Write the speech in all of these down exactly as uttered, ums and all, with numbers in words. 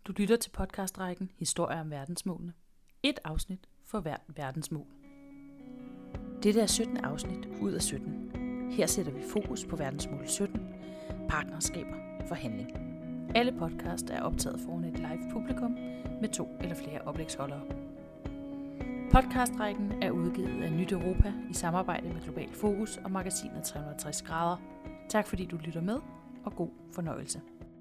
Du lytter til podcastrækken Historier om verdensmålene. Et afsnit for hvert verdensmål. Dette er syttende afsnit ud af sytten. Her sætter vi fokus på verdensmål sytten, partnerskaber for handling. Alle podcast er optaget foran et live publikum med to eller flere oplægsholdere. Podcastrækken er udgivet af Nyt Europa i samarbejde med Global Fokus og magasinet tre hundrede og tres grader. Tak fordi du lytter med, og god fornøjelse.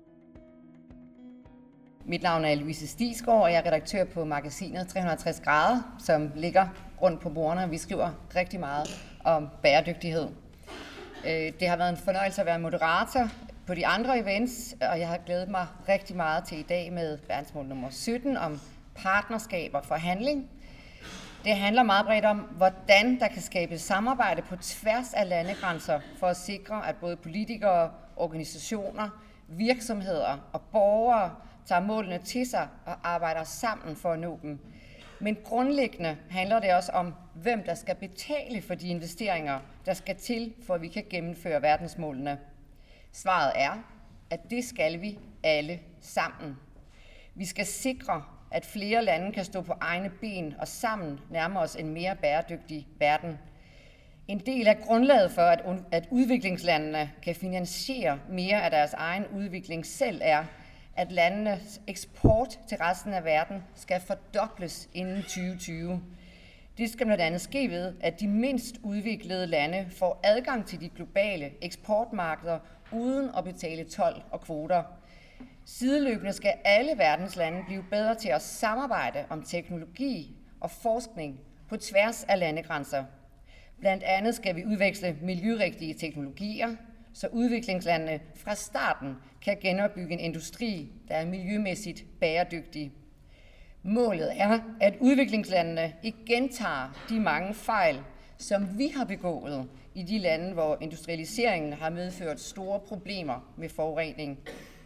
Mit navn er Louise Stigsgaard, og jeg er redaktør på magasinet tre hundrede og tres grader, som ligger rundt på bordene. Vi skriver rigtig meget om bæredygtighed. Det har været en fornøjelse at være moderator på de andre events, og jeg har glædet mig rigtig meget til i dag med verdensmål nummer sytten om partnerskaber for handling. Det handler meget bredt om, hvordan der kan skabes samarbejde på tværs af landegrænser for at sikre, at både politikere, organisationer, virksomheder og borgere tager målene til sig og arbejder sammen for at nå dem. Men grundlæggende handler det også om, hvem der skal betale for de investeringer, der skal til, for at vi kan gennemføre verdensmålene. Svaret er, at det skal vi alle sammen. Vi skal sikre, at flere lande kan stå på egne ben og sammen nærme os en mere bæredygtig verden. En del af grundlaget for, at udviklingslandene kan finansiere mere af deres egen udvikling selv, er, at landenes eksport til resten af verden skal fordobles inden tyve tyve. Det skal blandt andet ske ved, at de mindst udviklede lande får adgang til de globale eksportmarkeder uden at betale told og kvoter. Sideløbende skal alle verdens lande blive bedre til at samarbejde om teknologi og forskning på tværs af landegrænser. Blandt andet skal vi udveksle miljørigtige teknologier, så udviklingslandene fra starten kan genopbygge en industri, der er miljømæssigt bæredygtig. Målet er, at udviklingslandene ikke gentager de mange fejl, som vi har begået i de lande, hvor industrialiseringen har medført store problemer med forurening.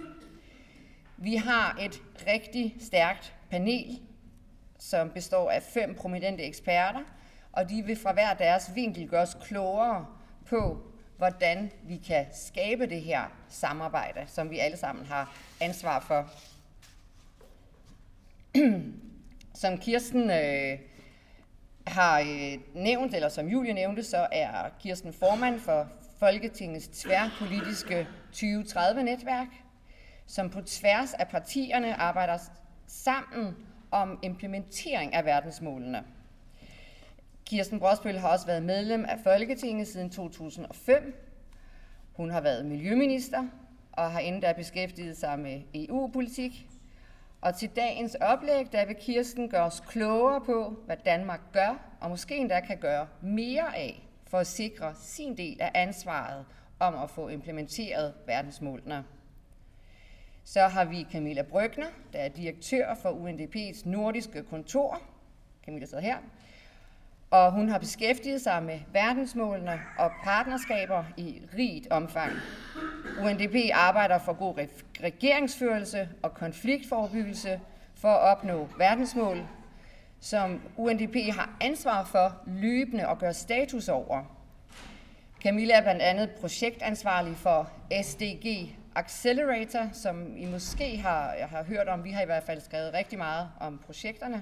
Vi har et rigtig stærkt panel, som består af fem prominente eksperter, og de vil fra hver deres vinkel gøre os klogere på, hvordan vi kan skabe det her samarbejde, som vi alle sammen har ansvar for. Som Kirsten øh, har øh, nævnt, eller som Julie nævnte, så er Kirsten formand for Folketingets tværpolitiske tyve tredive-netværk, som på tværs af partierne arbejder sammen om implementering af verdensmålene. Kirsten Brosbøl har også været medlem af Folketinget siden to tusind og fem. Hun har været miljøminister og har inden da beskæftiget sig med E U-politik. Og til dagens oplæg, der vil Kirsten gøre os klogere på, hvad Danmark gør, og måske endda kan gøre mere af, for at sikre sin del af ansvaret om at få implementeret verdensmålene. Så har vi Camilla Brøgner, der er direktør for U N D P's nordiske kontor. Camilla sidder her. Og hun har beskæftiget sig med verdensmålene og partnerskaber i rigt omfang. U N D P arbejder for god regeringsførelse og konfliktforebyggelse for at opnå verdensmål, som U N D P har ansvar for løbende at gøre status over. Camilla er blandt andet projektansvarlig for S D G Accelerator, som I måske har, jeg har hørt om. Vi har i hvert fald skrevet rigtig meget om projekterne.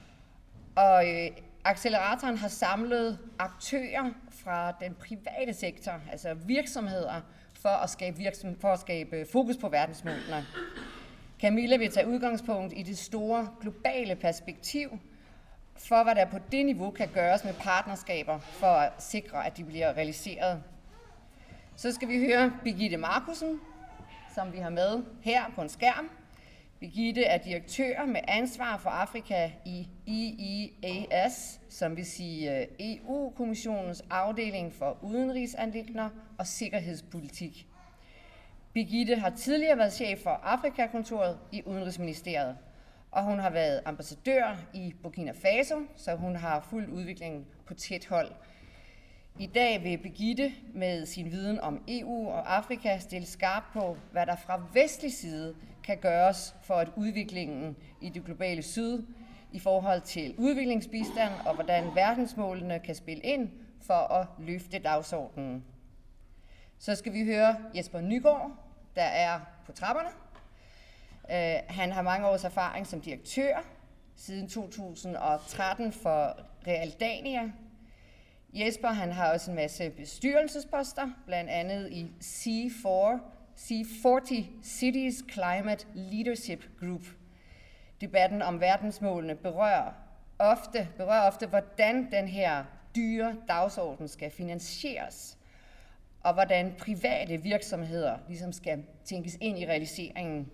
Og øh, acceleratoren har samlet aktører fra den private sektor, altså virksomheder, for at skabe, virksom, for at skabe fokus på verdensmålene. Camilla vil tage udgangspunkt i det store globale perspektiv for, hvad der på det niveau kan gøres med partnerskaber for at sikre, at de bliver realiseret. Så skal vi høre Birgitte Markussen, som vi har med her på en skærm. Birgitte er direktør med ansvar for Afrika i E E A S, som vil sige E U-kommissionens afdeling for udenrigsanliggender og sikkerhedspolitik. Birgitte har tidligere været chef for Afrikakontoret i Udenrigsministeriet, og hun har været ambassadør i Burkina Faso, så hun har fulgt udviklingen på tæt hold. I dag vil Birgitte med sin viden om E U og Afrika stille skarp på, hvad der fra vestlig side kan gøres for at udviklingen i det globale syd i forhold til udviklingsbistand og hvordan verdensmålene kan spille ind for at løfte dagsordenen. Så skal vi høre Jesper Nygaard, der er på trapperne. Han har mange års erfaring som direktør siden to tusind og tretten for Realdania. Jesper han har også en masse bestyrelsesposter, blandt andet i C fyrre, C fyrre Cities Climate Leadership Group. Debatten om verdensmålene berører ofte, berører ofte, hvordan den her dyre dagsorden skal finansieres, og hvordan private virksomheder ligesom skal tænkes ind i realiseringen.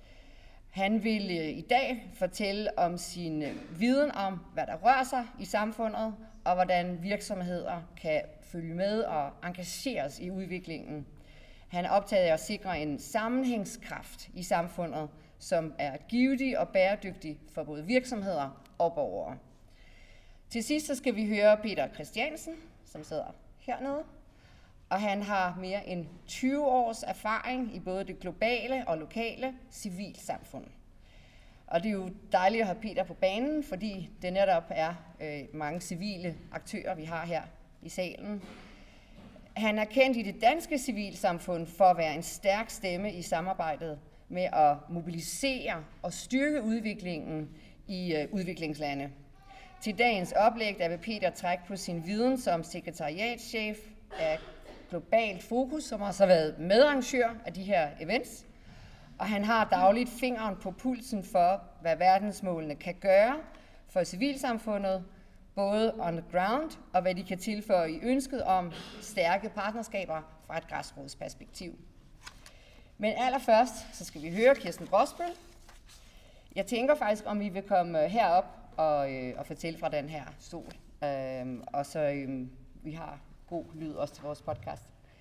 Han vil i dag fortælle om sin viden om, hvad der rører sig i samfundet, og hvordan virksomheder kan følge med og engageres i udviklingen. Han er optaget af at sikre en sammenhængskraft i samfundet, som er givtig og bæredygtig for både virksomheder og borgere. Til sidst så skal vi høre Peter Christiansen, som sidder hernede. Og han har mere end tyve års erfaring i både det globale og lokale civilsamfund. Og det er jo dejligt at have Peter på banen, fordi det netop er øh, mange civile aktører, vi har her i salen. Han er kendt i det danske civilsamfund for at være en stærk stemme i samarbejdet med at mobilisere og styrke udviklingen i øh, udviklingslande. Til dagens oplæg der vil Peter trække på sin viden som sekretariatschef af Globalt Fokus, som også har været medarrangør af de her events. Og han har dagligt fingeren på pulsen for, hvad verdensmålene kan gøre for civilsamfundet, både on the ground, og hvad de kan tilføje i ønsket om stærke partnerskaber fra et græsrodsperspektiv. Men allerførst, så skal vi høre Kirsten Brosbøl. Jeg tænker faktisk, om vi vil komme herop og, øh, og fortælle fra den her stol. Øhm, og så øh, vi har god lyd også til vores podcast.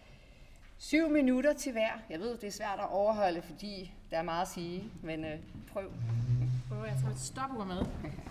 Syv minutter til hver. Jeg ved, det er svært at overholde, fordi der er meget at sige, men øh, prøv. Prøv, jeg tager et stopur med.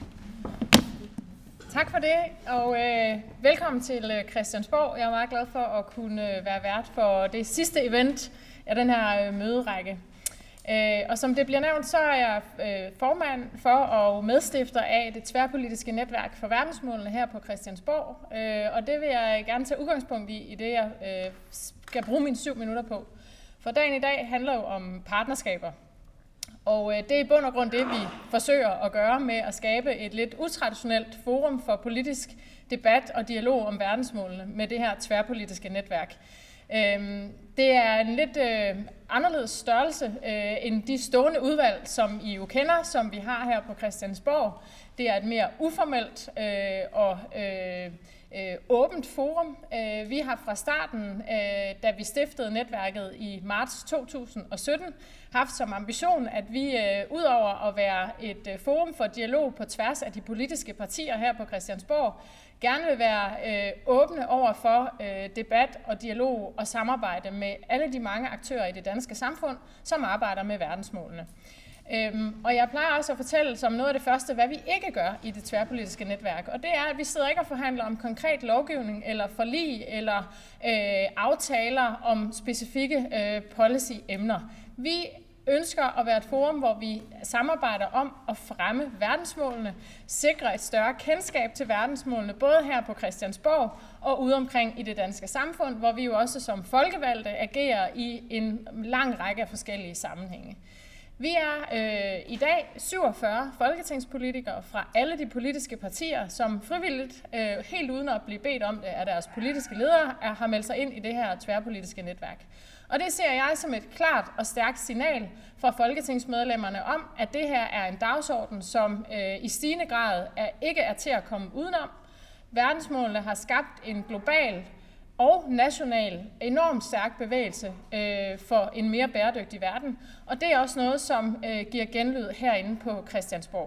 Tak for det, og øh, velkommen til øh, Christiansborg. Jeg er meget glad for at kunne øh, være vært for det sidste event af den her øh, møderække. Øh, og som det bliver nævnt, så er jeg øh, formand for og medstifter af det tværpolitiske netværk for verdensmålene her på Christiansborg. Øh, og det vil jeg gerne tage udgangspunkt i, i det jeg øh, skal bruge mine syv minutter på. For dagen i dag handler jo om partnerskaber. Og øh, det er i bund og grund det, vi forsøger at gøre med at skabe et lidt utraditionelt forum for politisk debat og dialog om verdensmålene med det her tværpolitiske netværk. Det er en lidt øh, anderledes størrelse øh, end de stående udvalg, som I jo kender, som vi har her på Christiansborg. Det er et mere uformelt øh, og øh, øh, åbent forum. Øh, vi har fra starten, øh, da vi stiftede netværket i marts to tusind og sytten, haft som ambition, at vi øh, udover at være et øh, forum for dialog på tværs af de politiske partier her på Christiansborg, gerne vil være øh, åbne over for øh, debat og dialog og samarbejde med alle de mange aktører i det danske samfund, som arbejder med verdensmålene. Øhm, og jeg plejer også at fortælle som noget af det første, hvad vi ikke gør i det tværpolitiske netværk. Og det er, at vi sidder ikke og forhandler om konkret lovgivning eller forlig eller øh, aftaler om specifikke øh, policy-emner. Vi ønsker at være et forum, hvor vi samarbejder om at fremme verdensmålene, sikre et større kendskab til verdensmålene, både her på Christiansborg og ude omkring i det danske samfund, hvor vi jo også som folkevalgte agerer i en lang række af forskellige sammenhænge. Vi er øh, i dag syvogfyrre folketingspolitikere fra alle de politiske partier, som frivilligt, øh, helt uden at blive bedt om det af deres politiske ledere, er, har meldt sig ind i det her tværpolitiske netværk. Og det ser jeg som et klart og stærkt signal fra folketingsmedlemmerne om, at det her er en dagsorden, som øh, i stigende grad er, ikke er til at komme udenom. Verdensmålene har skabt en global og national enormt stærk bevægelse øh, for en mere bæredygtig verden. Og det er også noget, som øh, giver genlyd herinde på Christiansborg.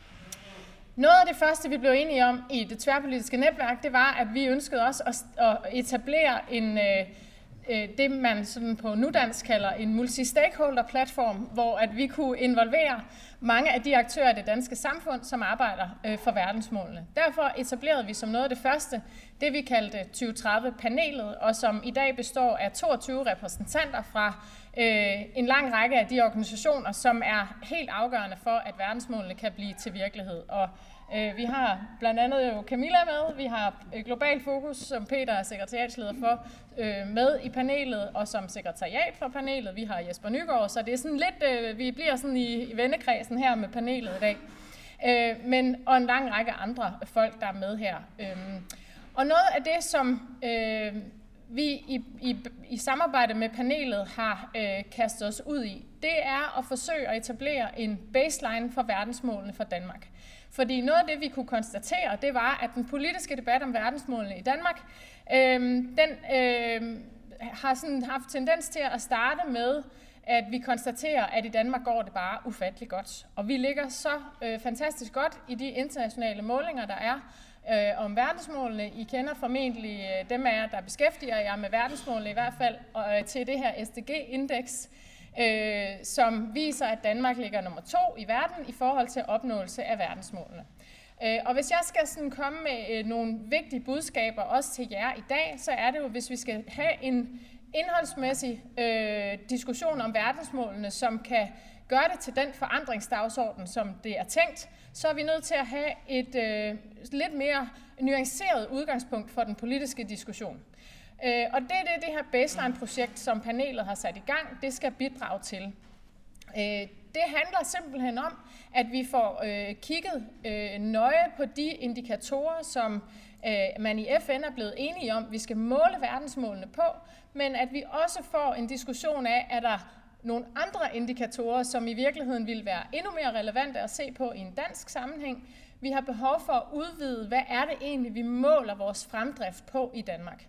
Noget af det første, vi blev enige om i det tværpolitiske netværk, det var, at vi ønskede også at, at etablere en, øh, det, man sådan på nudansk kalder en multi-stakeholder-platform, hvor at vi kunne involvere mange af de aktører i det danske samfund, som arbejder øh, for verdensmålene. Derfor etablerede vi som noget af det første det, vi kaldte tyve tredive-panelet, og som i dag består af toogtyve repræsentanter fra øh, en lang række af de organisationer, som er helt afgørende for, at verdensmålene kan blive til virkelighed. Og Øh, vi har blandt andet jo Camilla med, vi har Global Fokus, som Peter er sekretariatsleder for, øh, med i panelet, og som sekretariat for panelet. Vi har Jesper Nygaard, så det er sådan lidt, øh, vi bliver sådan i, i vennekredsen her med panelet i dag. Øh, men, og en lang række andre folk, der er med her. Øh, og noget af det, som øh, vi i, i, i samarbejde med panelet har øh, kastet os ud i, det er at forsøge at etablere en baseline for verdensmålene for Danmark. Fordi noget af det, vi kunne konstatere, det var, at den politiske debat om verdensmålene i Danmark, øh, den øh, har sådan haft tendens til at starte med, at vi konstaterer, at i Danmark går det bare ufattelig godt. Og vi ligger så øh, fantastisk godt i de internationale målinger, der er øh, om verdensmålene. I kender formentlig øh, dem af jer, der beskæftiger jer med verdensmålene i hvert fald, og øh, til det her S D G-indeks, øh, som viser, at Danmark ligger nummer to i verden i forhold til opnåelse af verdensmålene. Øh, og hvis jeg skal sådan komme med øh, nogle vigtige budskaber også til jer i dag, så er det jo, hvis vi skal have en indholdsmæssig øh, diskussion om verdensmålene, som kan gøre det til den forandringsdagsorden, som det er tænkt, så er vi nødt til at have et øh, lidt mere nuanceret udgangspunkt for den politiske diskussion. Øh, og det er det, det her baseline-projekt, som panelet har sat i gang, det skal bidrage til. Øh, det handler simpelthen om, at vi får øh, kigget øh, nøje på de indikatorer, som øh, man i F N er blevet enige om, vi skal måle verdensmålene på, men at vi også får en diskussion af, er der nogle andre indikatorer, som i virkeligheden vil være endnu mere relevante at se på i en dansk sammenhæng. Vi har behov for at udvide, hvad er det egentlig, vi måler vores fremdrift på i Danmark.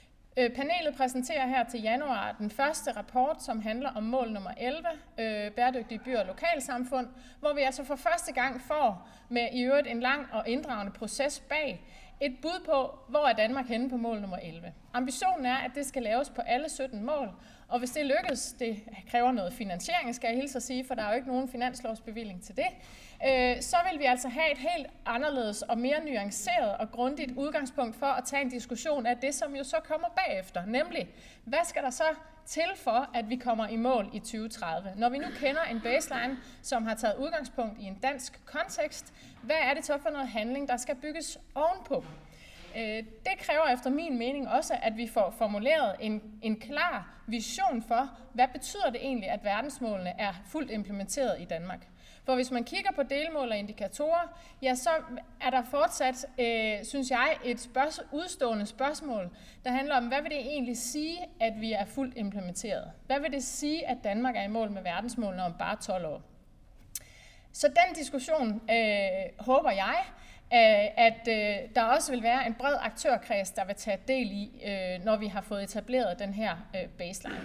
Panelet præsenterer her til januar den første rapport, som handler om mål nummer elleve, øh, bæredygtige byer og lokalsamfund, hvor vi altså for første gang får med i øvrigt en lang og inddragende proces bag et bud på, hvor er Danmark henne på mål nummer elleve. Ambitionen er, at det skal laves på alle sytten mål, og hvis det lykkes, det kræver noget finansiering, skal jeg hilse at sige, for der er jo ikke nogen finanslovsbevilling til det, øh, så vil vi altså have et helt anderledes og mere nuanceret og grundigt udgangspunkt for at tage en diskussion af det, som jo så kommer bagefter, nemlig, hvad skal der så til for, at vi kommer i mål i tyve tredive? Når vi nu kender en baseline, som har taget udgangspunkt i en dansk kontekst, hvad er det så for noget handling, der skal bygges ovenpå? Det kræver efter min mening også, at vi får formuleret en, en klar vision for, hvad betyder det egentlig, at verdensmålene er fuldt implementeret i Danmark. For hvis man kigger på delmål og indikatorer, ja, så er der fortsat, øh, synes jeg, et spørg- udstående spørgsmål, der handler om, hvad vil det egentlig sige, at vi er fuldt implementeret? Hvad vil det sige, at Danmark er i mål med verdensmålene om bare tolv år? Så den diskussion øh, håber jeg, at øh, der også vil være en bred aktørkreds, der vil tage del i, øh, når vi har fået etableret den her øh, baseline.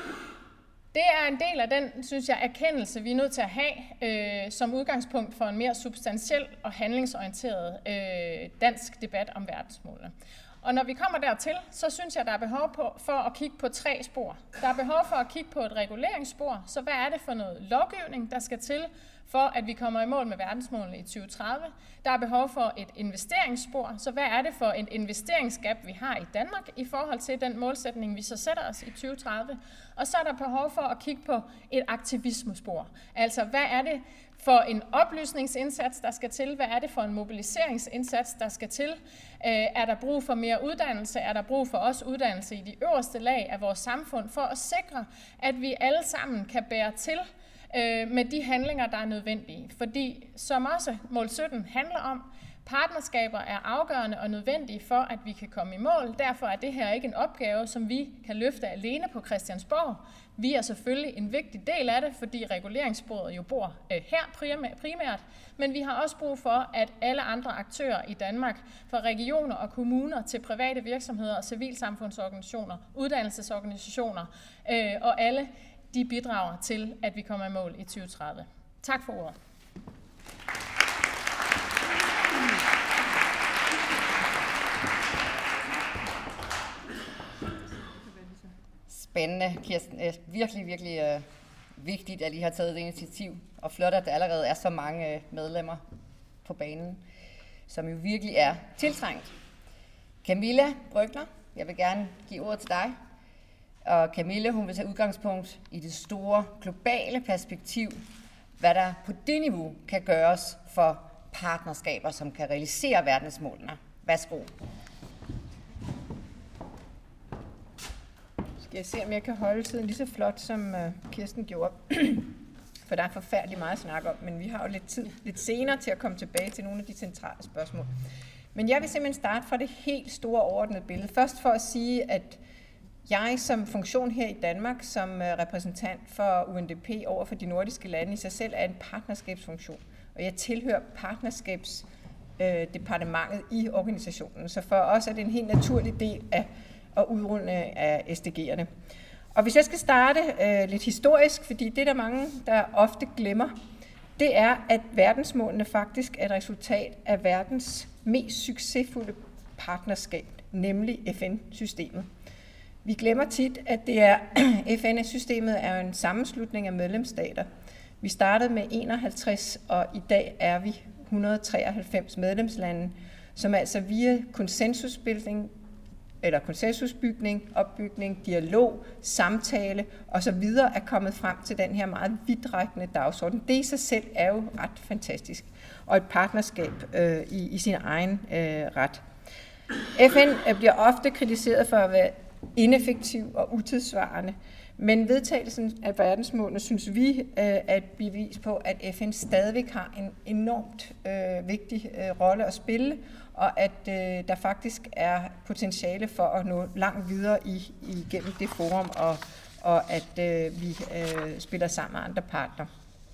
Det er en del af den, synes jeg, erkendelse, vi er nødt til at have øh, som udgangspunkt for en mere substantiel og handlingsorienteret øh, dansk debat om verdensmålene. Og når vi kommer dertil, så synes jeg, der er behov på, for at kigge på tre spor. Der er behov for at kigge på et reguleringsspor, så hvad er det for noget lovgivning, der skal til, for at vi kommer i mål med verdensmålene i tyve tredive. Der er behov for et investeringsspor, så hvad er det for en investeringsgab, vi har i Danmark i forhold til den målsætning, vi så sætter os i tyve tredive. Og så er der behov for at kigge på et aktivismespor. Altså, hvad er det for en oplysningsindsats, der skal til? Hvad er det for en mobiliseringsindsats, der skal til? Er der brug for mere uddannelse? Er der brug for også uddannelse i de øverste lag af vores samfund, for at sikre, at vi alle sammen kan bære til med de handlinger, der er nødvendige? Fordi, som også mål sytten handler om, partnerskaber er afgørende og nødvendige for, at vi kan komme i mål. Derfor er det her ikke en opgave, som vi kan løfte alene på Christiansborg. Vi er selvfølgelig en vigtig del af det, fordi reguleringssporet jo bor øh, her primært, men vi har også brug for, at alle andre aktører i Danmark, fra regioner og kommuner til private virksomheder, civilsamfundsorganisationer, uddannelsesorganisationer øh, og alle, de bidrager til, at vi kommer i mål i tyve tredive. Tak for ordet. Spændende, Kirsten. Virkelig, virkelig øh, vigtigt, at I har taget det initiativ. Og flot, at der allerede er så mange øh, medlemmer på banen, som jo virkelig er tiltrængt. Camilla Brøgner, jeg vil gerne give ordet til dig. Og Camilla, hun vil tage udgangspunkt i det store globale perspektiv, hvad der på det niveau kan gøres for partnerskaber, som kan realisere verdensmålene. Værsgo. Skal jeg se, om jeg kan holde tiden lige så flot, som uh, Kirsten gjorde. For der er forfærdeligt meget at snakke om, men vi har jo lidt tid lidt senere til at komme tilbage til nogle af de centrale spørgsmål. Men jeg vil simpelthen starte fra det helt store overordnede billede. Først for at sige, at jeg som funktion her i Danmark, som repræsentant for U N D P over for de nordiske lande, i sig selv er en partnerskabsfunktion. Og jeg tilhører partnerskabsdepartementet i organisationen. Så for os er det en helt naturlig del af at udrulle af S D G'erne. Og hvis jeg skal starte øh, lidt historisk, fordi det er der mange, der ofte glemmer, det er, at verdensmålene faktisk er et resultat af verdens mest succesfulde partnerskab, nemlig F N-systemet. Vi glemmer tit, at det er F N-systemet er en sammenslutning af medlemsstater. Vi startede med enoghalvtreds, og i dag er vi et hundrede og treoghalvfems medlemslande, som altså via konsensusbildning, eller konsensusbygning, opbygning, dialog, samtale osv. er kommet frem til den her meget vidtrækkende dagsorden. Det i sig selv er jo ret fantastisk, og et partnerskab øh, i, i sin egen øh, ret. F N bliver ofte kritiseret for at være ineffektiv og utidsvarende, men vedtagelsen af verdensmålene synes vi øh, er et bevis på, at F N stadigvæk har en enormt øh, vigtig øh, rolle at spille, og at øh, der faktisk er potentiale for at nå langt videre i, igennem det forum, og, og at øh, vi øh, spiller sammen med andre partnere.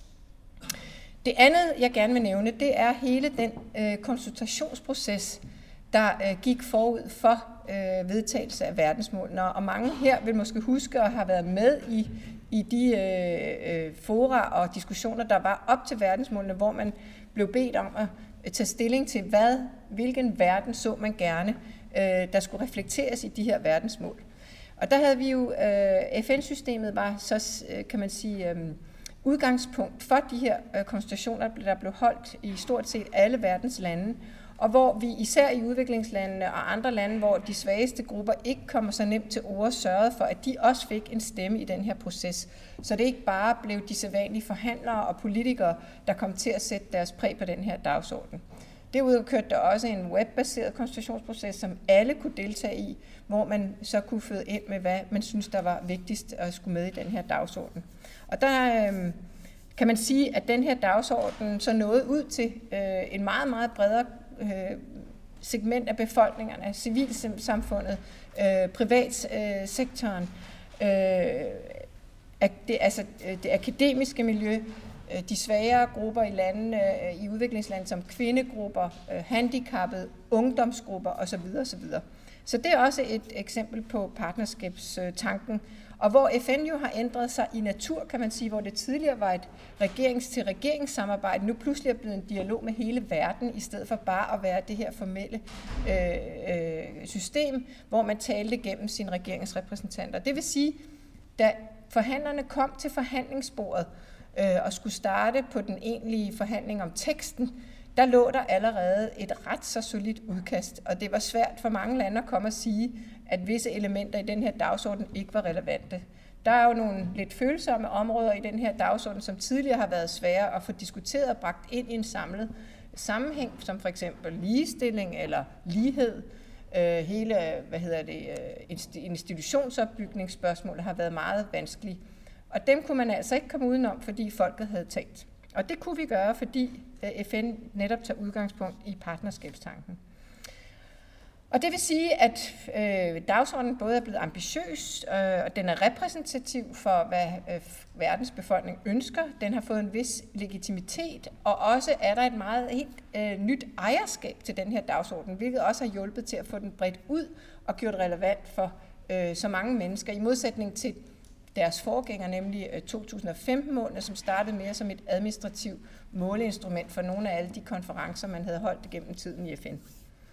Det andet, jeg gerne vil nævne, det er hele den øh, konsultationsproces, der øh, gik forud for øh, vedtagelse af verdensmålene. Og mange her vil måske huske at have været med i, i de øh, øh, fora og diskussioner, der var op til verdensmålene, hvor man blev bedt om at tage stilling til, hvad, hvilken verden så man gerne, øh, der skulle reflekteres i de her verdensmål. Og der havde vi jo, øh, F N-systemet var så, kan man sige, øh, udgangspunkt for de her øh, konsultationer, der blev holdt i stort set alle verdens lande, og hvor vi især i udviklingslandene og andre lande, hvor de svageste grupper ikke kommer så nemt til ord, sørgede for, at de også fik en stemme i den her proces. Så det ikke bare blev de sædvanlige forhandlere og politikere, der kom til at sætte deres præg på den her dagsorden. Derudover kørte der også en webbaseret konsultationsproces, som alle kunne deltage i, hvor man så kunne føde ind med, hvad man synes, der var vigtigst at skulle med i den her dagsorden. Og der øh, kan man sige, at den her dagsorden så nåede ud til øh, en meget, meget bredere segment af befolkningerne, civilsamfundet, øh, privatsektoren, øh, det, altså det akademiske miljø, øh, de svagere grupper i landene, øh, i udviklingslandene som kvindegrupper, øh, handicappede, ungdomsgrupper osv. osv. Så det er også et eksempel på partnerskabstanken, og hvor F N jo har ændret sig i natur, kan man sige, hvor det tidligere var et regerings-til-regeringssamarbejde, nu pludselig er blevet en dialog med hele verden, i stedet for bare at være det her formelle øh, øh, system, hvor man talte gennem sine regeringsrepræsentanter. Det vil sige, da forhandlerne kom til forhandlingsbordet øh, og skulle starte på den egentlige forhandling om teksten, der lå der allerede et ret så solidt udkast, og det var svært for mange lande at komme og sige, at visse elementer i den her dagsorden ikke var relevante. Der er jo nogle lidt følsomme områder i den her dagsorden, som tidligere har været svære at få diskuteret og bragt ind i en samlet sammenhæng, som for eksempel ligestilling eller lighed. Hele, hvad hedder det, institutionsopbygningsspørgsmål har været meget vanskelige. Og dem kunne man altså ikke komme udenom, fordi folket havde talt. Og det kunne vi gøre, fordi F N netop tager udgangspunkt i partnerskabstanken. Og det vil sige, at øh, dagsordenen både er blevet ambitiøs, øh, og den er repræsentativ for, hvad øh, verdens befolkning ønsker. Den har fået en vis legitimitet, og også er der et meget helt øh, nyt ejerskab til den her dagsorden, hvilket også har hjulpet til at få den bredt ud og gjort relevant for øh, så mange mennesker, i modsætning til deres forgænger, nemlig to tusind og femten-målene, som startede mere som et administrativt måleinstrument for nogle af alle de konferencer, man havde holdt gennem tiden i F N.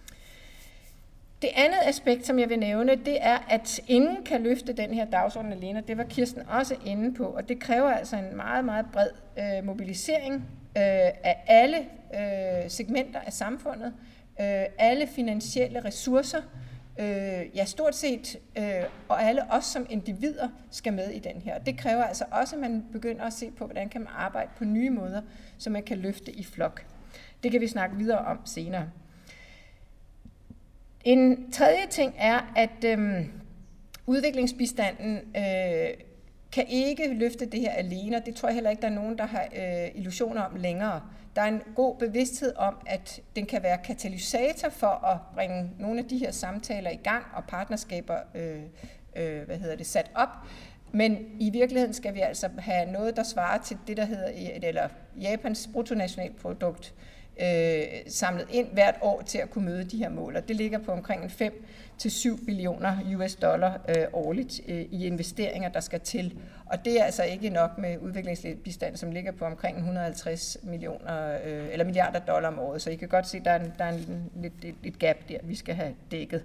Det andet aspekt, som jeg vil nævne, det er, at ingen kan løfte den her dagsorden alene, det var Kirsten også inde på, og det kræver altså en meget, meget bred øh, mobilisering øh, af alle øh, segmenter af samfundet, øh, alle finansielle ressourcer, Øh, ja, stort set, øh, og alle os som individer skal med i den her. Det kræver altså også, at man begynder at se på, hvordan kan man arbejde på nye måder, så man kan løfte i flok. Det kan vi snakke videre om senere. En tredje ting er, at øhm, udviklingsbistanden øh, kan ikke løfte det her alene, og det tror jeg heller ikke, der er nogen, der har øh, illusioner om længere. Der er en god bevidsthed om, at den kan være katalysator for at bringe nogle af de her samtaler i gang og partnerskaber øh, øh, hvad hedder det, sat op. Men i virkeligheden skal vi altså have noget, der svarer til det, der hedder, eller Japans bruttonationalprodukt, øh, samlet ind hvert år til at kunne møde de her mål. Og det ligger på omkring fem til syv billioner U S dollar øh, årligt øh, i investeringer, der skal til. Og det er altså ikke nok med udviklingsbistand, som ligger på omkring et hundrede og halvtreds millioner øh, eller milliarder dollar om året. Så I kan godt se, at der er, en, der er en, lidt, et, et gap der, vi skal have dækket.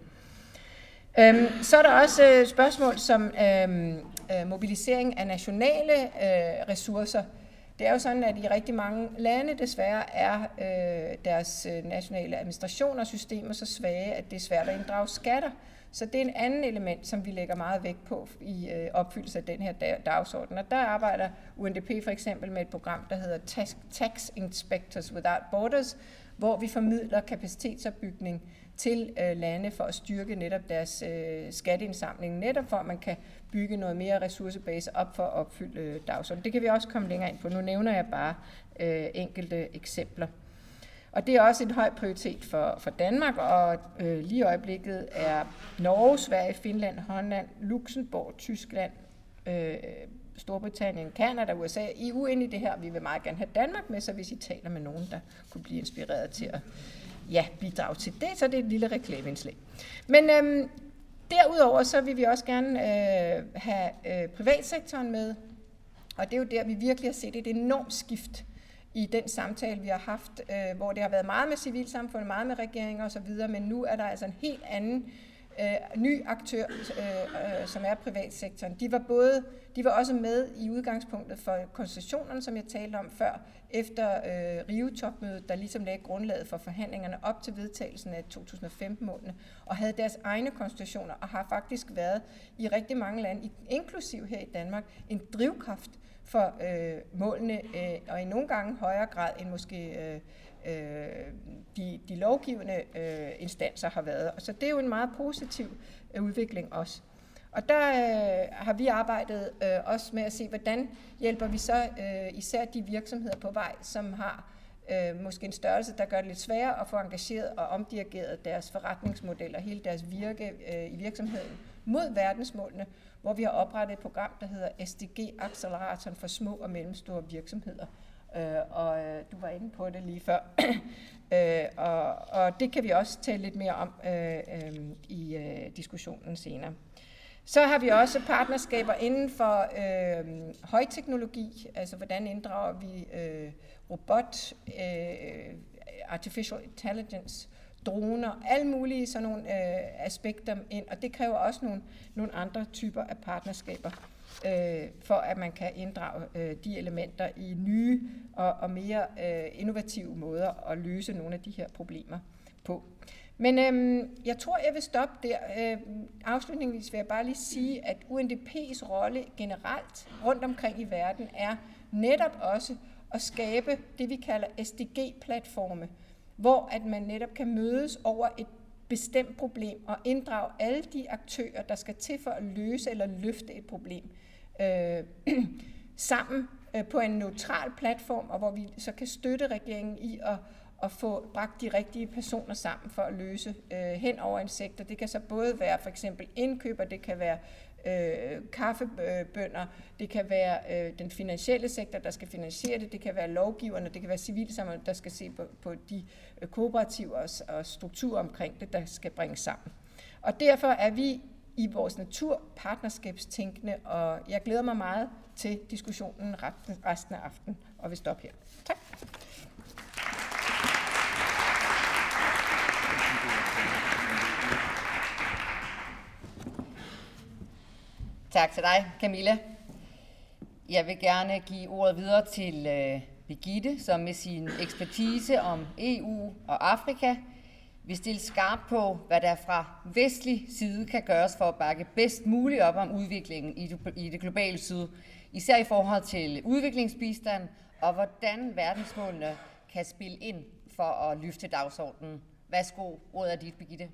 Øhm, så er der også øh, spørgsmål som øhm, øh, mobilisering af nationale øh, ressourcer. Det er jo sådan, at i rigtig mange lande desværre er øh, deres nationale administrationer og systemer så svage, at det er svært at inddrage skatter. Så det er en anden element, som vi lægger meget vægt på i øh, opfyldelse af den her dagsorden. Og der arbejder U N D P for eksempel med et program, der hedder Tax, Tax Inspectors Without Borders, hvor vi formidler kapacitetsopbygning til øh, lande for at styrke netop deres øh, skatteindsamling, netop for at man kan bygge noget mere ressourcebase op for at opfylde øh, dagsordenen. Det kan vi også komme længere ind på. Nu nævner jeg bare øh, enkelte eksempler. Og det er også en høj prioritet for, for Danmark, og øh, lige i øjeblikket er Norge, Sverige, Finland, Holland, Luxembourg, Tyskland, øh, Storbritannien, Canada, U S A, E U ind i det her. Vi vil meget gerne have Danmark med, så hvis I taler med nogen, der kunne blive inspireret til at ja, bidrage til det, så det er et lille reklameindslag. Men øhm, derudover så vil vi også gerne øh, have øh, privatsektoren med, og det er jo der, vi virkelig har set et enormt skift i den samtale, vi har haft, øh, hvor det har været meget med civilsamfundet, meget med regeringer osv., men nu er der altså en helt anden øh, ny aktør, øh, øh, som er privatsektoren. De var, både, de var også med i udgangspunktet for konstitutionerne, som jeg talte om før, efter øh, Rio-topmødet, der ligesom lagde grundlaget for forhandlingerne op til vedtagelsen af to tusind og femten-målene, og havde deres egne konstitutioner, og har faktisk været i rigtig mange lande, inklusiv her i Danmark, en drivkraft for øh, målene, øh, og i nogle gange højere grad end måske øh, øh, de, de lovgivende øh, instanser har været. Så det er jo en meget positiv øh, udvikling også. Og der øh, har vi arbejdet øh, også med at se, hvordan hjælper vi så øh, især de virksomheder på vej, som har øh, måske en størrelse, der gør det lidt sværere at få engageret og omdirigeret deres forretningsmodeller, hele deres virke øh, i virksomheden mod verdensmålene, hvor vi har oprettet et program, der hedder S D G-acceleratoren for små og mellemstore virksomheder. Øh, og øh, du var inde på det lige før. øh, og, og det kan vi også tale lidt mere om øh, øh, i øh, diskussionen senere. Så har vi også partnerskaber inden for øh, højteknologi, altså hvordan inddrager vi øh, robot, øh, artificial intelligence, droner, alle mulige sådan nogle øh, aspekter ind, og det kræver også nogle, nogle andre typer af partnerskaber, øh, for at man kan inddrage øh, de elementer i nye og, og mere øh, innovative måder at løse nogle af de her problemer på. Men øhm, jeg tror, jeg vil stoppe der. Øh, afslutningsvis vil jeg bare lige sige, at U N D P's rolle generelt rundt omkring i verden er netop også at skabe det, vi kalder S D G-platforme, hvor at man netop kan mødes over et bestemt problem og inddrage alle de aktører, der skal til for at løse eller løfte et problem øh, sammen øh, på en neutral platform, og hvor vi så kan støtte regeringen i at at få bragt de rigtige personer sammen for at løse øh, hen over en sektor. Det kan så både være for eksempel indkøber, det kan være øh, kaffebønder, det kan være øh, den finansielle sektor, der skal finansiere det, det kan være lovgiverne, det kan være civilsamfundet, der skal se på, på de øh, kooperativer og, og strukturer omkring det, der skal bringes sammen. Og derfor er vi i vores natur partnerskabstænkende, og jeg glæder mig meget til diskussionen resten af aftenen, og vil stoppe her. Tak. Tak til dig, Camilla. Jeg vil gerne give ordet videre til uh, Birgitte, som med sin ekspertise om E U og Afrika vil stille skarpt på, hvad der fra vestlig side kan gøres for at bakke bedst muligt op om udviklingen i det, i det globale syd, især i forhold til udviklingsbistand, og hvordan verdensmålene kan spille ind for at løfte dagsordenen. Værsgo, ordet er dit, Birgitte.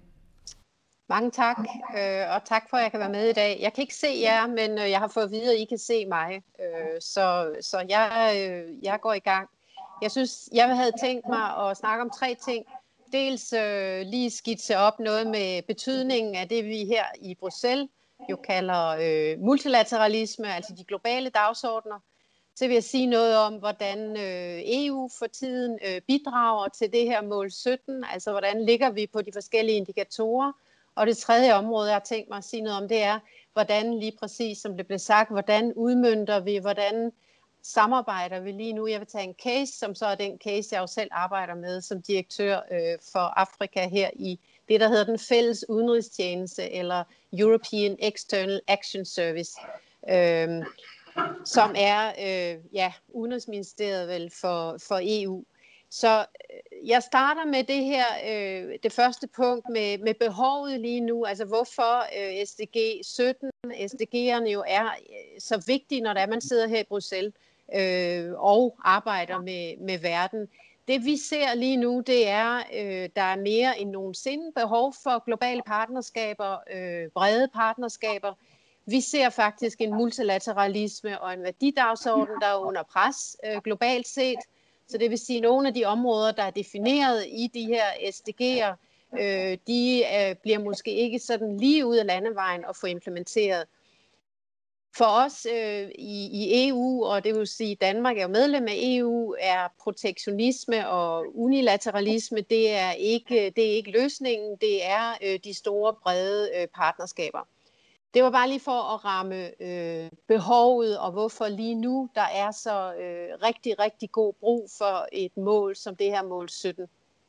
Mange tak, øh, og tak for, at jeg kan være med i dag. Jeg kan ikke se jer, men øh, jeg har fået at vide, at I kan se mig, øh, så, så jeg, øh, jeg går i gang. Jeg synes, jeg havde tænkt mig at snakke om tre ting. Dels øh, lige skitse op noget med betydningen af det, vi her i Bruxelles jo kalder øh, multilateralisme, altså de globale dagsordner. Så vil jeg sige noget om, hvordan øh, E U for tiden øh, bidrager til det her mål sytten, altså hvordan ligger vi på de forskellige indikatorer. Og det tredje område, jeg har tænkt mig at sige noget om, det er, hvordan lige præcis, som det blev sagt, hvordan udmønter vi, hvordan samarbejder vi lige nu. Jeg vil tage en case, som så er den case, jeg jo selv arbejder med som direktør øh, for Afrika her i det, der hedder den fælles udenrigstjeneste, eller European External Action Service, øh, som er øh, ja, Udenrigsministeriet vel for, for E U. Så øh, jeg starter med det her, øh, det første punkt med, med behovet lige nu, altså hvorfor øh, S D G sytten, S D G'erne jo er øh, så vigtige, når der man sidder her i Bruxelles øh, og arbejder med, med verden. Det vi ser lige nu, det er, øh, der er mere end nogensinde behov for globale partnerskaber, øh, brede partnerskaber. Vi ser faktisk en multilateralisme og en værdidagsorden, der er under pres øh, globalt set. Så det vil sige, at nogle af de områder, der er defineret i de her S D G'er, øh, de øh, bliver måske ikke sådan lige ud af landevejen at få implementeret. For os øh, i, i E U, og det vil sige, at Danmark er jo medlem af E U, er protektionisme og unilateralisme, det er ikke, det er ikke løsningen, det er øh, de store brede øh, partnerskaber. Det var bare lige for at ramme øh, behovet, og hvorfor lige nu der er så øh, rigtig, rigtig god brug for et mål som det her mål sytten.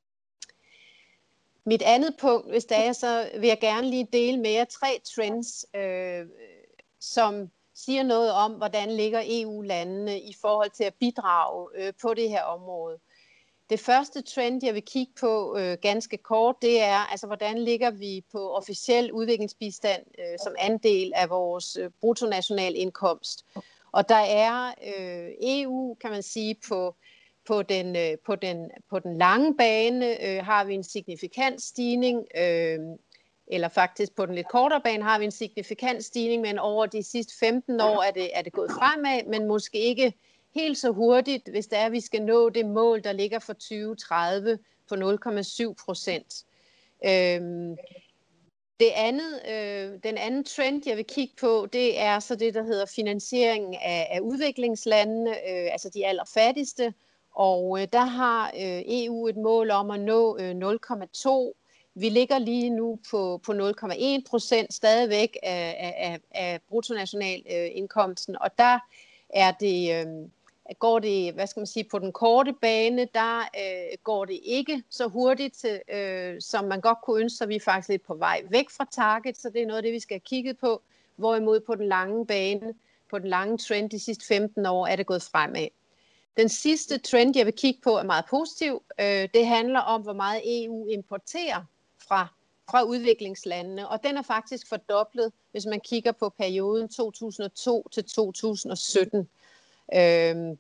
Mit andet punkt, hvis det er, så vil jeg gerne lige dele med jer tre trends, øh, som siger noget om, hvordan ligger E U-landene i forhold til at bidrage øh, på det her område. Det første trend, jeg vil kigge på øh, ganske kort, det er, altså, hvordan ligger vi på officiel udviklingsbistand øh, som andel af vores øh, bruttonationalindkomst. Og der er øh, E U, kan man sige, på, på, den, øh, på, den, på den lange bane øh, har vi en signifikant stigning, øh, eller faktisk på den lidt kortere bane har vi en signifikant stigning, men over de sidste femten år er det, er det gået fremad, men måske ikke helt så hurtigt, hvis det er, at vi skal nå det mål, der ligger for tyve tredive på nul komma syv procent. Øhm, det andet, øh, den anden trend, jeg vil kigge på, det er så det, der hedder finansieringen af, af udviklingslandene, øh, altså de allerfattigste. Og øh, der har øh, E U et mål om at nå øh, nul komma to. Vi ligger lige nu på, på nul komma en procent stadigvæk af, af, af bruttonationalindkomsten, og der er det, øh, går det, hvad skal man sige, på den korte bane, der øh, går det ikke så hurtigt, øh, som man godt kunne ønske, så vi er faktisk lidt på vej væk fra target, så det er noget af det, vi skal have kigget på, hvorimod på den lange bane, på den lange trend de sidste femten år, er det gået fremad. Den sidste trend, jeg vil kigge på, er meget positiv. Øh, det handler om, hvor meget E U importerer fra fra udviklingslandene, og den er faktisk fordoblet, hvis man kigger på perioden to tusind og to til to tusind og sytten. Øhm,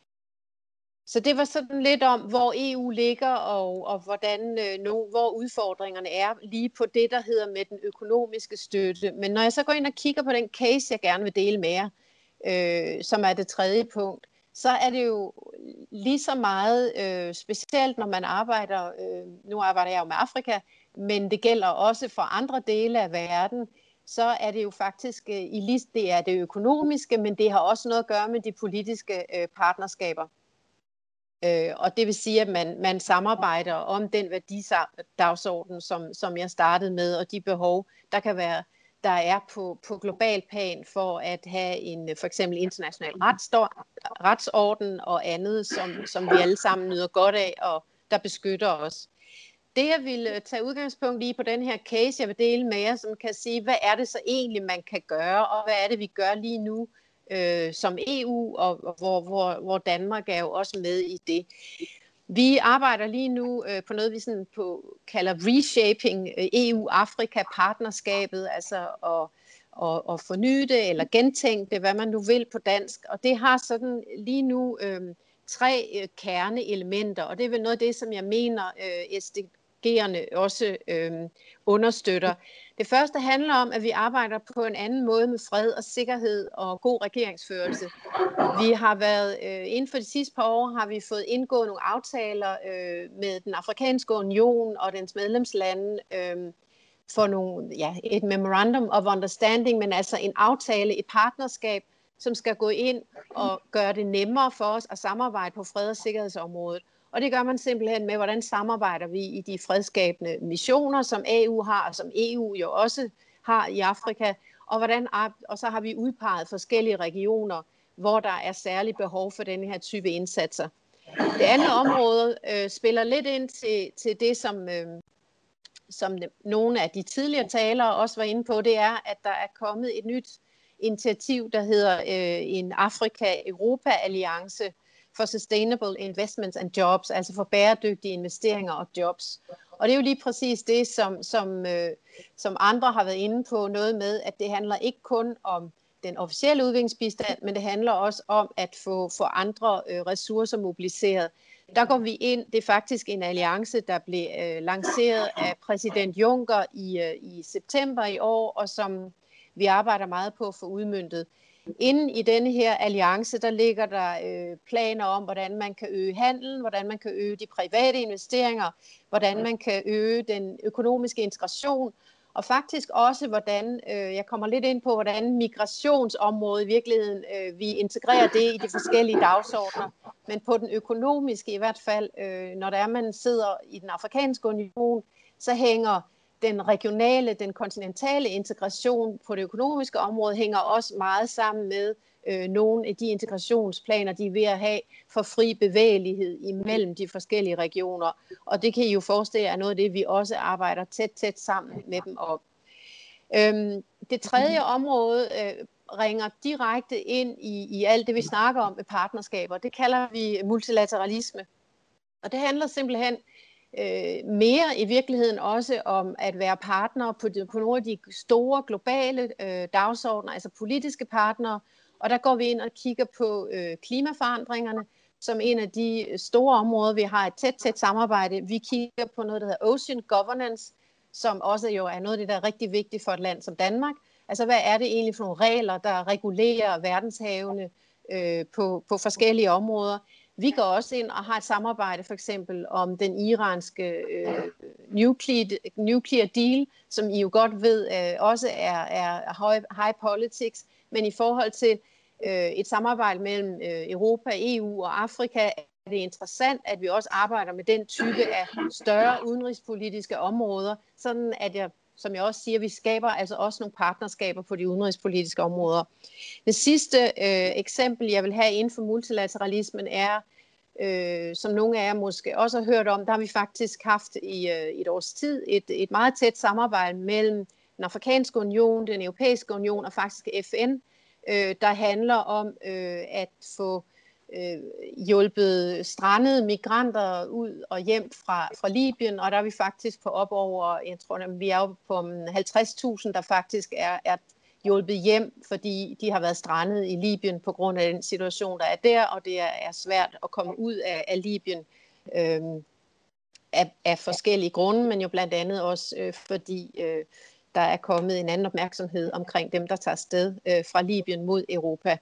så det var sådan lidt om, hvor E U ligger, og, og hvordan, øh, no, hvor udfordringerne er lige på det, der hedder med den økonomiske støtte. Men når jeg så går ind og kigger på den case, jeg gerne vil dele med jer, øh, som er det tredje punkt, så er det jo lige så meget øh, specielt, når man arbejder, øh, nu arbejder jeg jo med Afrika, men det gælder også for andre dele af verden, så er det jo faktisk, øh, i list, det er det økonomiske, men det har også noget at gøre med de politiske øh, partnerskaber. Øh, og det vil sige, at man, man samarbejder om den værdidagsorden, som, som jeg startede med, og de behov, der kan være, der er på, på global plan for at have en for eksempel international retsorden og andet, som, som vi alle sammen nyder godt af, og der beskytter os. Det jeg vil tage udgangspunkt i på den her case, jeg vil dele med jer, som kan sige, hvad er det så egentlig, man kan gøre, og hvad er det, vi gør lige nu øh, som E U, og, og hvor, hvor, hvor Danmark er jo også med i det. Vi arbejder lige nu øh, på noget, vi sådan på, kalder reshaping øh, E U-Afrika-partnerskabet, altså at, at, at forny det eller gentænke det, hvad man nu vil på dansk. Og det har sådan lige nu øh, tre øh, kerneelementer, og det er vel noget af det, som jeg mener, øh, S D G'erne også øh, understøtter. Det første handler om, at vi arbejder på en anden måde med fred og sikkerhed og god regeringsførelse. Vi har været, øh, inden for de sidste par år, har vi fået indgået nogle aftaler øh, med den afrikanske union og dens medlemslande øh, for nogle, ja, et memorandum of understanding, men altså en aftale, et partnerskab, som skal gå ind og gøre det nemmere for os at samarbejde på fred- og sikkerhedsområdet. Og det gør man simpelthen med, hvordan samarbejder vi i de fredsskabende missioner, som A U har, og som E U jo også har i Afrika. Og, hvordan, og så har vi udpeget forskellige regioner, hvor der er særlig behov for denne her type indsatser. Det andet område øh, spiller lidt ind til, til det, som, øh, som nogle af de tidligere talere også var inde på, det er, at der er kommet et nyt initiativ, der hedder øh, en Afrika-Europa-alliance for Sustainable Investments and Jobs, altså for bæredygtige investeringer og jobs. Og det er jo lige præcis det, som, som, øh, som andre har været inde på, noget med, at det handler ikke kun om den officielle udviklingsbistand, men det handler også om at få, få andre øh, ressourcer mobiliseret. Der går vi ind, det er faktisk en alliance, der blev øh, lanceret af præsident Juncker i, øh, i september i år, og som vi arbejder meget på at få udmøntet. Inden i denne her alliance, der ligger der øh, planer om, hvordan man kan øge handelen, hvordan man kan øge de private investeringer, hvordan man kan øge den økonomiske integration, og faktisk også, hvordan, øh, jeg kommer lidt ind på, hvordan migrationsområdet i virkeligheden, øh, vi integrerer det i de forskellige dagsordner, men på den økonomiske i hvert fald, øh, når der er, man sidder i den afrikanske union, så hænger den regionale, den kontinentale integration på det økonomiske område hænger også meget sammen med øh, nogle af de integrationsplaner, de er ved at have for fri bevægelighed imellem de forskellige regioner. Og det kan I jo forestille jer er noget af det, vi også arbejder tæt, tæt sammen med dem om. Øhm, det tredje område øh, ringer direkte ind i, i alt det, vi snakker om med partnerskaber. Det kalder vi multilateralisme. Og det handler simpelthen Øh, mere i virkeligheden også om at være partner på, de, på nogle af de store globale øh, dagsordner, altså politiske partnere, og der går vi ind og kigger på øh, klimaforandringerne som en af de store områder, vi har et tæt, tæt samarbejde. Vi kigger på noget, der hedder Ocean Governance, som også jo er noget af det, der er rigtig vigtigt for et land som Danmark. Altså hvad er det egentlig for nogle regler, der regulerer verdenshavene øh, på, på forskellige områder? Vi går også ind og har et samarbejde for eksempel om den iranske øh, nuclear, nuclear deal, som I jo godt ved øh, også er, er high, high politics, men i forhold til øh, et samarbejde mellem øh, Europa, E U og Afrika, er det interessant, at vi også arbejder med den type af større udenrigspolitiske områder, sådan at jeg, som jeg også siger, vi skaber altså også nogle partnerskaber på de udenrigspolitiske områder. Det sidste øh, eksempel, jeg vil have inden for multilateralismen, er, øh, som nogle af jer måske også har hørt om, der har vi faktisk haft i øh, et års tid et, et meget tæt samarbejde mellem den afrikanske union, den europæiske union og faktisk F N, øh, der handler om øh, at få øh, hjulpet strandede migranter ud og hjem fra, fra Libyen, og der er vi faktisk på op over, jeg tror, vi er oppe på halvtreds tusind, der faktisk er, er hjulpet hjem, fordi de har været strandet i Libyen på grund af den situation, der er der, og det er, er svært at komme ud af, af Libyen øh, af, af forskellige grunde, men jo blandt andet også øh, fordi øh, der er kommet en anden opmærksomhed omkring dem, der tager sted øh, fra Libyen mod Europa.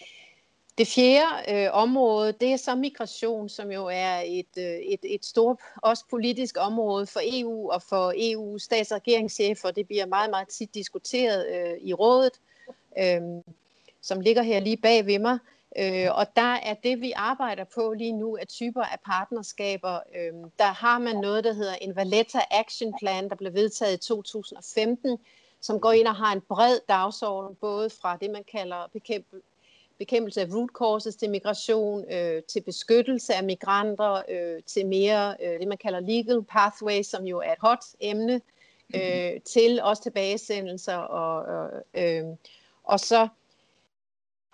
Det fjerde øh, område, det er så migration, som jo er et, øh, et, et stort, også politisk område for E U og for E U's stats- og regeringschefer. Det bliver meget, meget tit diskuteret øh, i rådet, øh, som ligger her lige bag ved mig. Øh, og der er det, vi arbejder på lige nu, af typer af partnerskaber. Øh, der har man noget, der hedder en Valletta Action Plan, der blev vedtaget i to tusind og femten, som går ind og har en bred dagsorden, både fra det, man kalder bekæmpelse bekæmpelse af root causes til migration, øh, til beskyttelse af migranter, øh, til mere øh, det, man kalder legal pathways, som jo er et hot emne, øh, til også tilbagesendelser. Og, og, øh, og så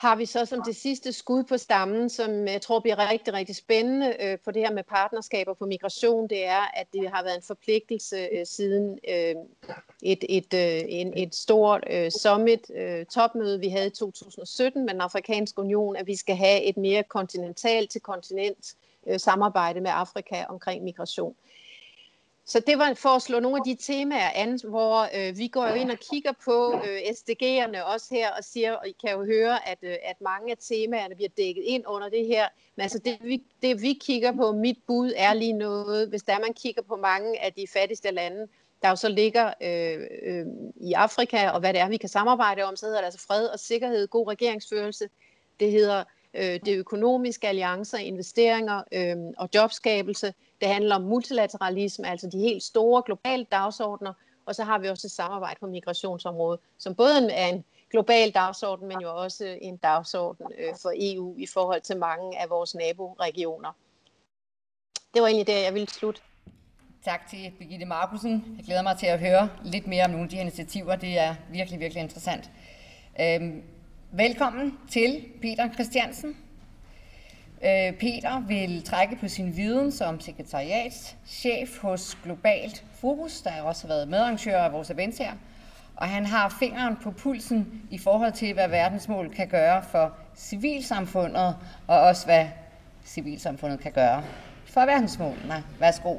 har vi så som det sidste skud på stammen, som jeg tror bliver rigtig, rigtig spændende øh, på det her med partnerskaber på migration, det er, at det har været en forpligtelse øh, siden øh, et, et, øh, en, et stort øh, summit, øh, topmøde, vi havde i to tusind og sytten med den Afrikanske Union, at vi skal have et mere kontinentalt til kontinent øh, samarbejde med Afrika omkring migration. Så det var for at slå nogle af de temaer an, hvor øh, vi går jo ind og kigger på øh, S D G'erne også her og siger, og I kan jo høre, at, øh, at mange af temaerne bliver dækket ind under det her. Men altså det vi, det vi kigger på, mit bud er lige noget, hvis der man kigger på mange af de fattigste lande, der jo så ligger øh, øh, i Afrika, og hvad det er, vi kan samarbejde om, så hedder det altså fred og sikkerhed, god regeringsførelse. Det hedder øh, det økonomiske alliancer, investeringer øh, og jobskabelse. Det handler om multilateralisme, altså de helt store globale dagsordner, og så har vi også et samarbejde på migrationsområdet, som både er en global dagsorden, men jo også en dagsorden for E U i forhold til mange af vores naboregioner. Det var egentlig det, jeg ville slutte. Tak til Birgitte Markussen. Jeg glæder mig til at høre lidt mere om nogle af de her initiativer. Det er virkelig, virkelig interessant. Øhm, velkommen til Peter Christiansen. Peter vil trække på sin viden som sekretariatschef hos Globalt Fokus, der også har været medarrangør af vores event her. Og han har fingeren på pulsen i forhold til, hvad verdensmål kan gøre for civilsamfundet, og også hvad civilsamfundet kan gøre for verdensmålene. Værsgo.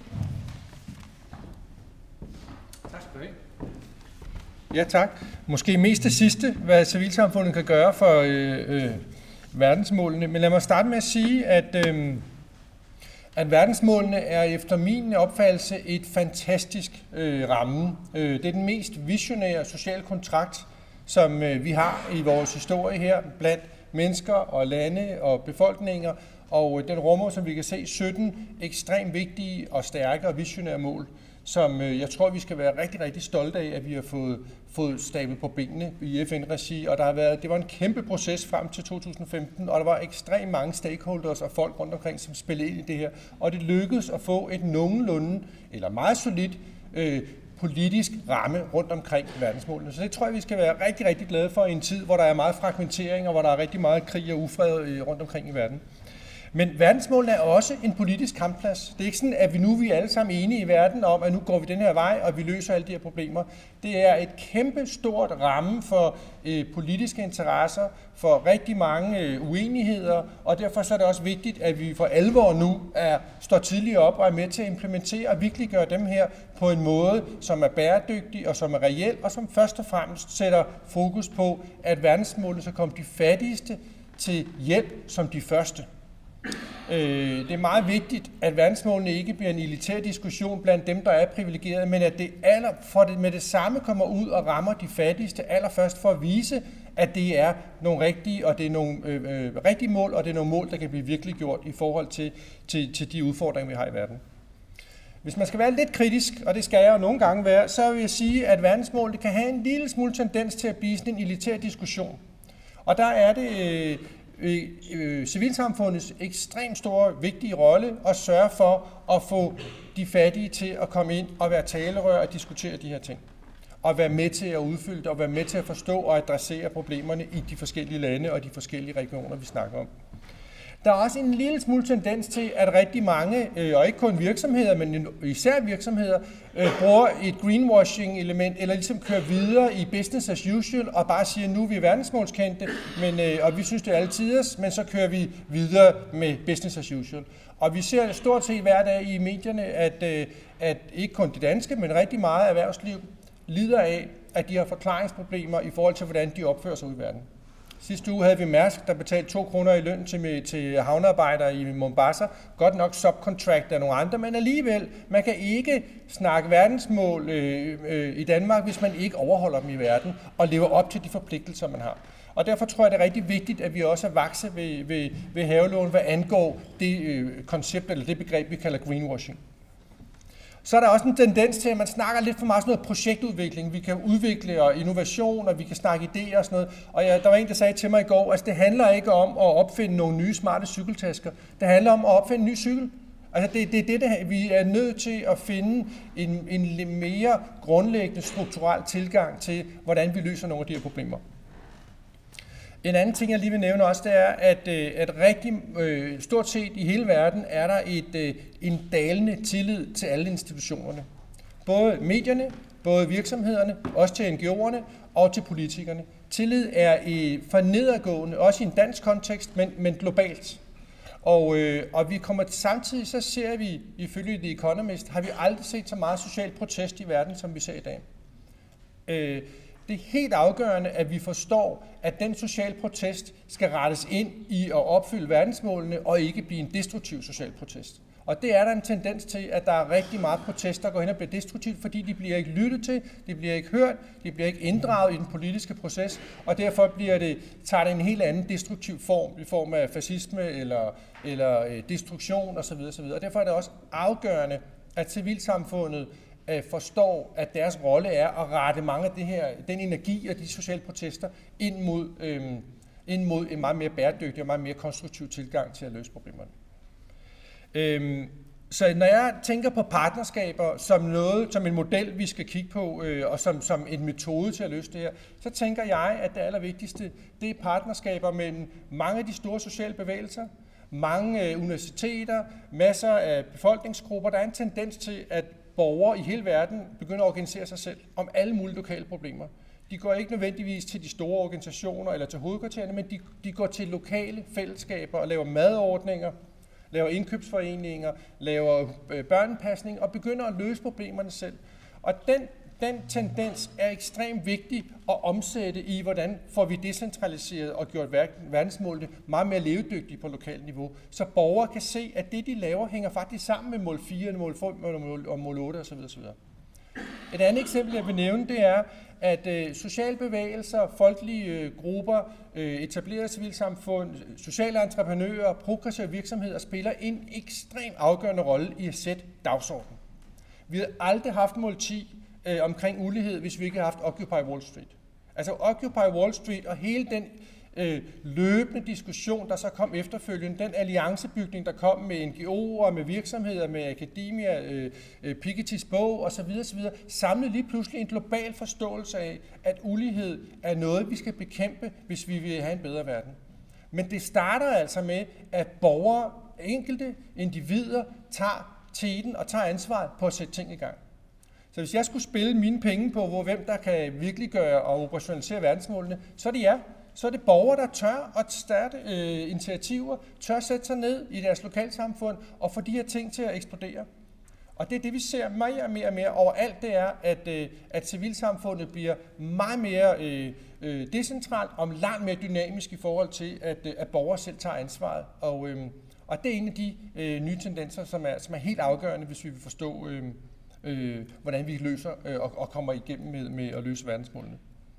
Tak skal du have. Ja, tak. Måske mest det sidste, hvad civilsamfundet kan gøre for øh, øh, verdensmålene. Men lad mig starte med at sige, at, øh, at verdensmålene er efter min opfattelse et fantastisk øh, ramme. Øh, det er den mest visionære sociale kontrakt, som øh, vi har i vores historie her blandt mennesker og lande og befolkninger. Og den rummer, som vi kan se, sytten ekstremt vigtige og stærke og visionære mål, som øh, jeg tror, vi skal være rigtig, rigtig stolte af, at vi har fået, fået stablet på benene i F N-regi. Og der har været, det var en kæmpe proces frem til to tusind og femten, og der var ekstremt mange stakeholders og folk rundt omkring, som spillede ind i det her. Og det lykkedes at få et nogenlunde, eller meget solidt, øh, politisk ramme rundt omkring verdensmålene. Så det tror jeg, vi skal være rigtig, rigtig glade for i en tid, hvor der er meget fragmentering, og hvor der er rigtig meget krig og ufred øh, rundt omkring i verden. Men verdensmålene er også en politisk kampplads. Det er ikke sådan, at vi nu vi er alle sammen enige i verden om, at nu går vi den her vej, og vi løser alle de her problemer. Det er et kæmpe stort ramme for øh, politiske interesser, for rigtig mange øh, uenigheder, og derfor så er det også vigtigt, at vi for alvor nu er, står tidligere op og er med til at implementere og virkelig gøre dem her på en måde, som er bæredygtig og som er reel, og som først og fremmest sætter fokus på, at verdensmålene så kommer de fattigste til hjælp som de første. Det er meget vigtigt, at verdensmålene ikke bliver en elitær diskussion blandt dem, der er privilegerede, men at det, aller, for det med det samme kommer ud og rammer de fattigste allerførst for at vise, at det er nogle rigtige, og det er nogle øh, rigtige mål, og det er nogle mål, der kan blive virkelig gjort i forhold til, til, til de udfordringer, vi har i verden. Hvis man skal være lidt kritisk, og det skal jeg jo nogle gange være, så vil jeg sige, at verdensmålene kan have en lille smule tendens til at blive sådan en elitær diskussion. Og der er det øh, øh, øh, civilsamfundets ekstremt store, vigtige rolle at sørge for at få de fattige til at komme ind og være talerør og diskutere de her ting. Og være med til at udfylde det, og være med til at forstå og adressere problemerne i de forskellige lande og de forskellige regioner, vi snakker om. Der er også en lille smule tendens til, at rigtig mange, og ikke kun virksomheder, men især virksomheder, bruger et greenwashing-element, eller ligesom kører videre i business as usual, og bare siger, nu er vi verdensmålskendte, men, og vi synes, det er altiders, men så kører vi videre med business as usual. Og vi ser stort set hver dag i medierne, at, at ikke kun det danske, men rigtig meget erhvervsliv lider af, at de har forklaringsproblemer i forhold til, hvordan de opfører sig ud i verden. Sidste uge havde vi Mærsk, der betalte to kroner i løn til, til havnearbejdere i Mombasa. Godt nok subcontract af nogle andre, men alligevel, man kan ikke snakke verdensmål øh, øh, i Danmark, hvis man ikke overholder dem i verden og lever op til de forpligtelser, man har. Og derfor tror jeg, det er rigtig vigtigt, at vi også er vakse ved, ved, ved haveloven, hvad angår det øh, koncept eller det begreb, vi kalder greenwashing. Så er der også en tendens til, at man snakker lidt for meget sådan noget projektudvikling. Vi kan udvikle og innovation, og vi kan snakke idéer og sådan noget. Og ja, der var en, der sagde til mig i går, at altså, det handler ikke om at opfinde nogle nye smarte cykeltasker. Det handler om at opfinde en ny cykel. Altså det, det er det, det, vi er nødt til at finde en, en mere grundlæggende strukturel tilgang til, hvordan vi løser nogle af de her problemer. En anden ting, jeg lige vil nævne også, det er, at, at rigtig øh, stort set i hele verden er der et, øh, en dalende tillid til alle institutionerne. Både medierne, både virksomhederne, også til N G O'erne og til politikerne. Tillid er i, for nedadgående, også i en dansk kontekst, men, men globalt. Og, øh, og vi kommer samtidig, så ser vi, ifølge The Economist, har vi aldrig set så meget social protest i verden, som vi ser i dag. Øh, det er helt afgørende, at vi forstår, at den social protest skal rettes ind i at opfylde verdensmålene, og ikke blive en destruktiv social protest. Og det er der en tendens til, at der er rigtig meget protester, der går hen og bliver destruktivt, fordi de bliver ikke lyttet til, de bliver ikke hørt, de bliver ikke inddraget i den politiske proces, og derfor bliver det, tager det en helt anden destruktiv form, i form af fascisme eller, eller øh, destruktion osv. osv. Og derfor er det også afgørende, at civilsamfundet øh, forstår, at deres rolle er at rette mange af det her, den energi og de sociale protester ind mod, øh, ind mod en meget mere bæredygtig og meget mere konstruktiv tilgang til at løse problemerne. Øhm, så når jeg tænker på partnerskaber som noget, som en model, vi skal kigge på, øh, og som, som en metode til at løse det her, så tænker jeg, at det allervigtigste, det er partnerskaber mellem mange af de store sociale bevægelser, mange øh, universiteter, masser af befolkningsgrupper. Der er en tendens til, at borgere i hele verden begynder at organisere sig selv om alle mulige lokale problemer. De går ikke nødvendigvis til de store organisationer eller til hovedkvartererne, men de, de går til lokale fællesskaber og laver madordninger, laver indkøbsforeninger, laver børnepasning og begynder at løse problemerne selv. Og den, den tendens er ekstremt vigtig at omsætte i, hvordan får vi decentraliseret og gjort verdensmålene meget mere levedygtige på lokalt niveau, så borgere kan se, at det, de laver, hænger faktisk sammen med mål fire, mål fem og mål otte osv. osv. Et andet eksempel, jeg vil nævne, det er, at øh, sociale bevægelser, folkelige øh, grupper, øh, etablerede civilsamfund, sociale entreprenører, progressive virksomheder spiller en ekstremt afgørende rolle i at sætte dagsordenen. Vi havde aldrig haft mål ti øh, omkring ulighed, hvis vi ikke havde haft Occupy Wall Street. Altså Occupy Wall Street og hele den øh, løbende diskussion, der så kom efterfølgende, den alliancebygning, der kom med N G O'er, med virksomheder, med akademia, øh, øh, Pikettys bog osv., osv., samlede lige pludselig en global forståelse af, at ulighed er noget, vi skal bekæmpe, hvis vi vil have en bedre verden. Men det starter altså med, at borgere, enkelte individer, tager teten og tager ansvaret på at sætte ting i gang. Så hvis jeg skulle spille mine penge på, hvor hvem der kan virkelig gøre og operationalisere verdensmålene, så er det jer. Så er det borgere, der tør at starte øh, initiativer, tør at sætte sig ned i deres lokalsamfund og få de her ting til at eksplodere. Og det er det, vi ser mere og mere og mere overalt, det er, at, øh, at civilsamfundet bliver meget mere øh, øh, decentralt og langt mere dynamisk i forhold til, at, øh, at borgere selv tager ansvaret. Og, øh, og det er en af de øh, nye tendenser, som er, som er helt afgørende, hvis vi vil forstå, øh, øh, hvordan vi løser øh, og, og kommer igennem med, med at løse verdensmålene.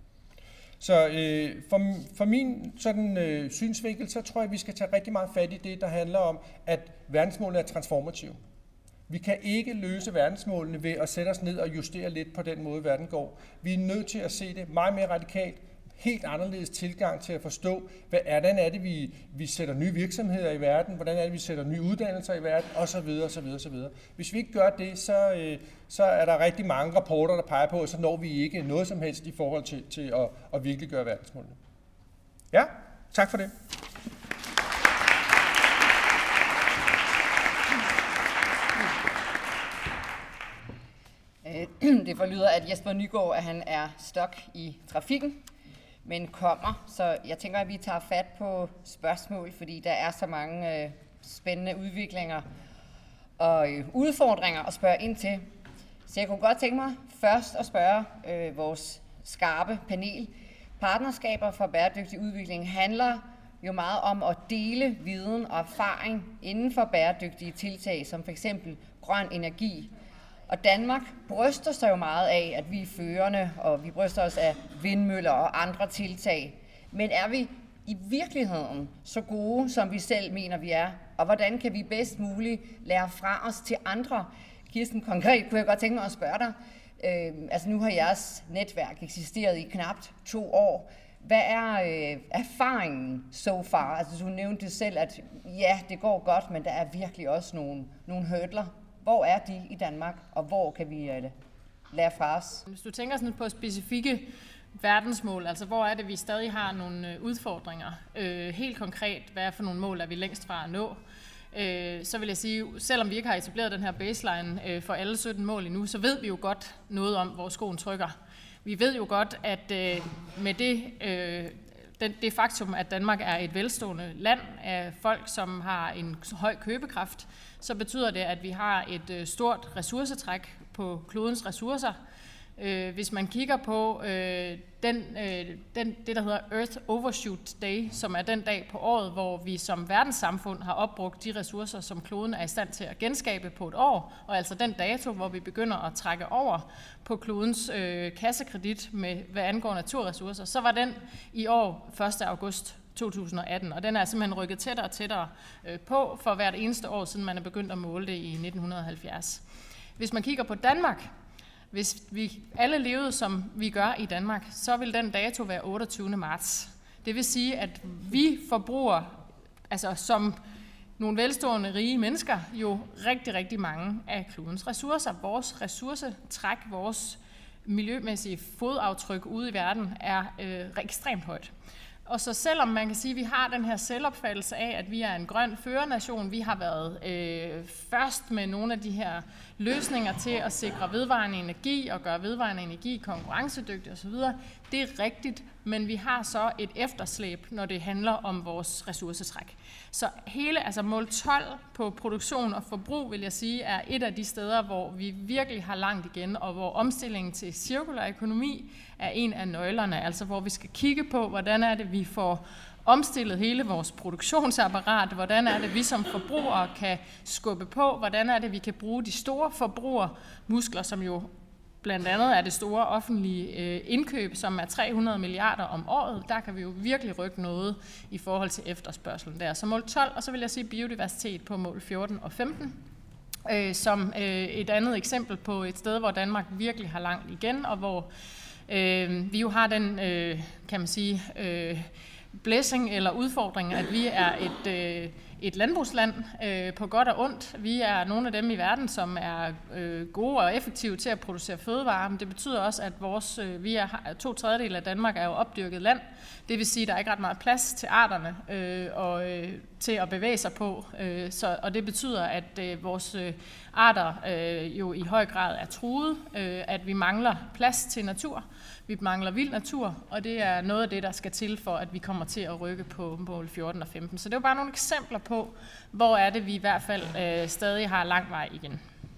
Så øh, for, for min sådan, øh, synsvinkel, så tror jeg, at vi skal tage rigtig meget fat i det, der handler om, at verdensmålene er transformative. Vi kan ikke løse verdensmålene ved at sætte os ned og justere lidt på den måde, verden går. Vi er nødt til at se det meget mere radikalt, helt anderledes tilgang til at forstå, hvordan er det, vi, vi sætter nye virksomheder i verden, hvordan er det, vi sætter nye uddannelser i verden, osv. osv., osv. Hvis vi ikke gør det, så, øh, så er der rigtig mange rapporter, der peger på, at så når vi ikke noget som helst i forhold til, til at, at virkelig gøre verdensmålene. Ja, tak for det. Det forlyder, at Jesper Nygaard, at han er stok i trafikken, men kommer. Så jeg tænker, at vi tager fat på spørgsmål, fordi der er så mange øh, spændende udviklinger og øh, udfordringer at spørge ind til. Så jeg kunne godt tænke mig først at spørge øh, vores skarpe panel. Partnerskaber for bæredygtig udvikling handler jo meget om at dele viden og erfaring inden for bæredygtige tiltag, som f.eks. grøn energi. Og Danmark bryster sig jo meget af, at vi er førende, og vi bryster os af vindmøller og andre tiltag. Men er vi i virkeligheden så gode, som vi selv mener, vi er? Og hvordan kan vi bedst muligt lære fra os til andre? Kirsten, konkret kunne jeg godt tænke mig at spørge dig. Øh, altså nu har jeres netværk eksisteret i knap to år. Hvad er øh, erfaringen so far? Altså du nævnte selv, at ja, det går godt, men der er virkelig også nogle, nogle hurdler. Hvor er de i Danmark, og hvor kan vi uh, lære fra os? Hvis du tænker sådan på specifikke verdensmål, altså hvor er det, vi stadig har nogle udfordringer. Øh, helt konkret, hvad er for nogle mål, er vi længst fra at nå? Øh, så vil jeg sige, selvom vi ikke har etableret den her baseline øh, for alle sytten mål endnu, så ved vi jo godt noget om, hvor skoen trykker. Vi ved jo godt, at øh, med det, øh, det, det faktum, at Danmark er et velstående land af folk, som har en høj købekraft, så betyder det, at vi har et øh, stort ressourcetræk på klodens ressourcer. Øh, hvis man kigger på øh, den, øh, den, det, der hedder Earth Overshoot Day, som er den dag på året, hvor vi som verdenssamfund har opbrugt de ressourcer, som kloden er i stand til at genskabe på et år, og altså den dato, hvor vi begynder at trække over på klodens øh, kassekredit med hvad angår naturressourcer, så var den i år første august to tusind og atten, og den er simpelthen rykket tættere og tættere øh, på for hvert eneste år, siden man er begyndt at måle det i nitten halvfjerds. Hvis man kigger på Danmark, hvis vi alle levede, som vi gør i Danmark, så vil den dato være otteogtyvende marts. Det vil sige, at vi forbruger, altså som nogle velstående, rige mennesker, jo rigtig, rigtig mange af klodens ressourcer. Vores ressourcetræk, vores miljømæssige fodaftryk ude i verden er øh, ekstremt højt. Og så selvom man kan sige, at vi har den her selvopfattelse af, at vi er en grøn førernation, vi har været øh, først med nogle af de her løsninger til at sikre vedvarende energi og gøre vedvarende energi konkurrencedygtig osv., det er rigtigt, men vi har så et efterslæb, når det handler om vores ressourcetræk. Så hele, altså mål tolv på produktion og forbrug, vil jeg sige, er et af de steder, hvor vi virkelig har langt igen, og hvor omstillingen til cirkulær økonomi er en af nøglerne, altså hvor vi skal kigge på, hvordan er det, vi får omstillet hele vores produktionsapparat, hvordan er det, vi som forbrugere kan skubbe på, hvordan er det, vi kan bruge de store forbrugermuskler, som jo blandt andet er det store offentlige øh, indkøb, som er tre hundrede milliarder om året. Der kan vi jo virkelig rykke noget i forhold til efterspørgselen der. Så mål tolv, og så vil jeg sige biodiversitet på mål fjorten og femten, øh, som øh, et andet eksempel på et sted, hvor Danmark virkelig har langt igen, og hvor øh, vi jo har den, øh, kan man sige, øh, blessing eller udfordring, at vi er et, øh, et landbrugsland øh, på godt og ondt. Vi er nogle af dem i verden, som er øh, gode og effektive til at producere fødevarer, men det betyder også, at vores, øh, vi er, to tredjedel af Danmark er jo opdyrket land. Det vil sige, at der er ikke ret meget plads til arterne øh, og øh, til at bevæge sig på, øh, så, og det betyder, at øh, vores øh, arter øh, jo i høj grad er truet, øh, at vi mangler plads til natur. Vi mangler vild natur, og det er noget af det, der skal til for, at vi kommer til at rykke på mål fjorten og femten. Så det er jo bare nogle eksempler på, hvor er det, vi i hvert fald øh, stadig har lang vej igen.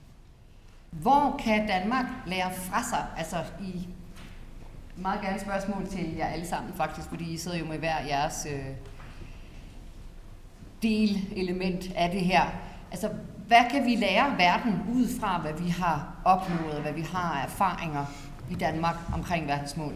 Hvor kan Danmark lære fra sig? Altså i meget gerne spørgsmål til jer alle sammen faktisk, fordi I sidder jo med hver jeres øh, delelement af det her. Altså, hvad kan vi lære verden ud fra, hvad vi har opnået, hvad vi har af erfaringer i Danmark omkring verdensmål?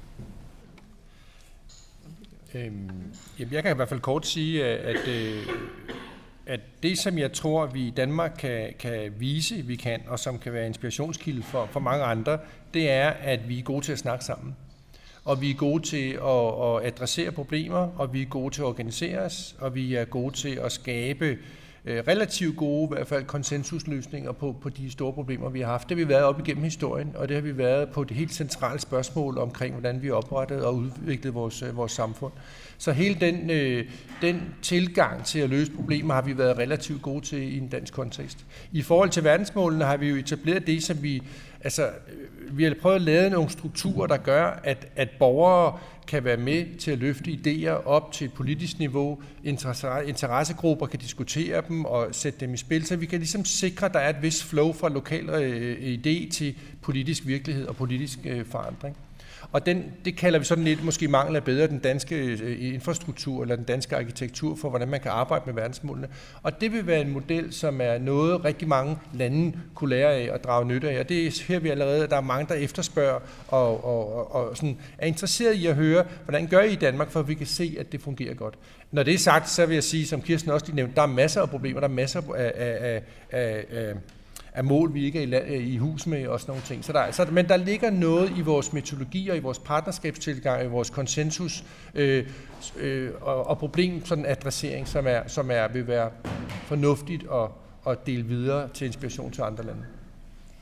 Øhm, jeg kan i hvert fald kort sige, at, at, at det, som jeg tror, vi i Danmark kan, kan vise, vi kan, og som kan være inspirationskilde for, for mange andre, det er, at vi er gode til at snakke sammen. Og vi er gode til at, at adressere problemer, og vi er gode til at organisere os, og vi er gode til at skabe relativt gode, i hvert fald konsensusløsninger på, på de store problemer, vi har haft. Det har vi været op igennem historien, og det har vi været på det helt centrale spørgsmål omkring, hvordan vi oprettede og udviklede vores, vores samfund. Så hele den, øh, den tilgang til at løse problemer har vi været relativt gode til i en dansk kontekst. I forhold til verdensmålene har vi jo etableret det, som vi, altså, vi har prøvet at lave nogle strukturer, der gør, at, at borgere kan være med til at løfte idéer op til et politisk niveau, interessegrupper kan diskutere dem og sætte dem i spil, så vi kan ligesom sikre, at der er et vist flow fra lokal idé til politisk virkelighed og politisk forandring. Og den, det kalder vi sådan lidt, måske mangel af bedre, den danske infrastruktur eller den danske arkitektur for, hvordan man kan arbejde med verdensmålene. Og det vil være en model, som er noget, rigtig mange lande kunne lære af og drage nytte af. Og det her vi allerede, at der er mange, der efterspørger og, og, og, og sådan er interesseret i at høre, hvordan gør I i Danmark, for at vi kan se, at det fungerer godt. Når det er sagt, så vil jeg sige, som Kirsten også lige nævnte, der er masser af problemer, der er masser af, af, af, af af mål, vi ikke er i, i hus med og sådan nogle ting. Så der, så, men der ligger noget i vores metodologi og i vores partnerskabstilgang, i vores konsensus øh, øh, og, og problem, sådan adressering, som, er, som er, vil være fornuftigt at, at dele videre til inspiration til andre lande.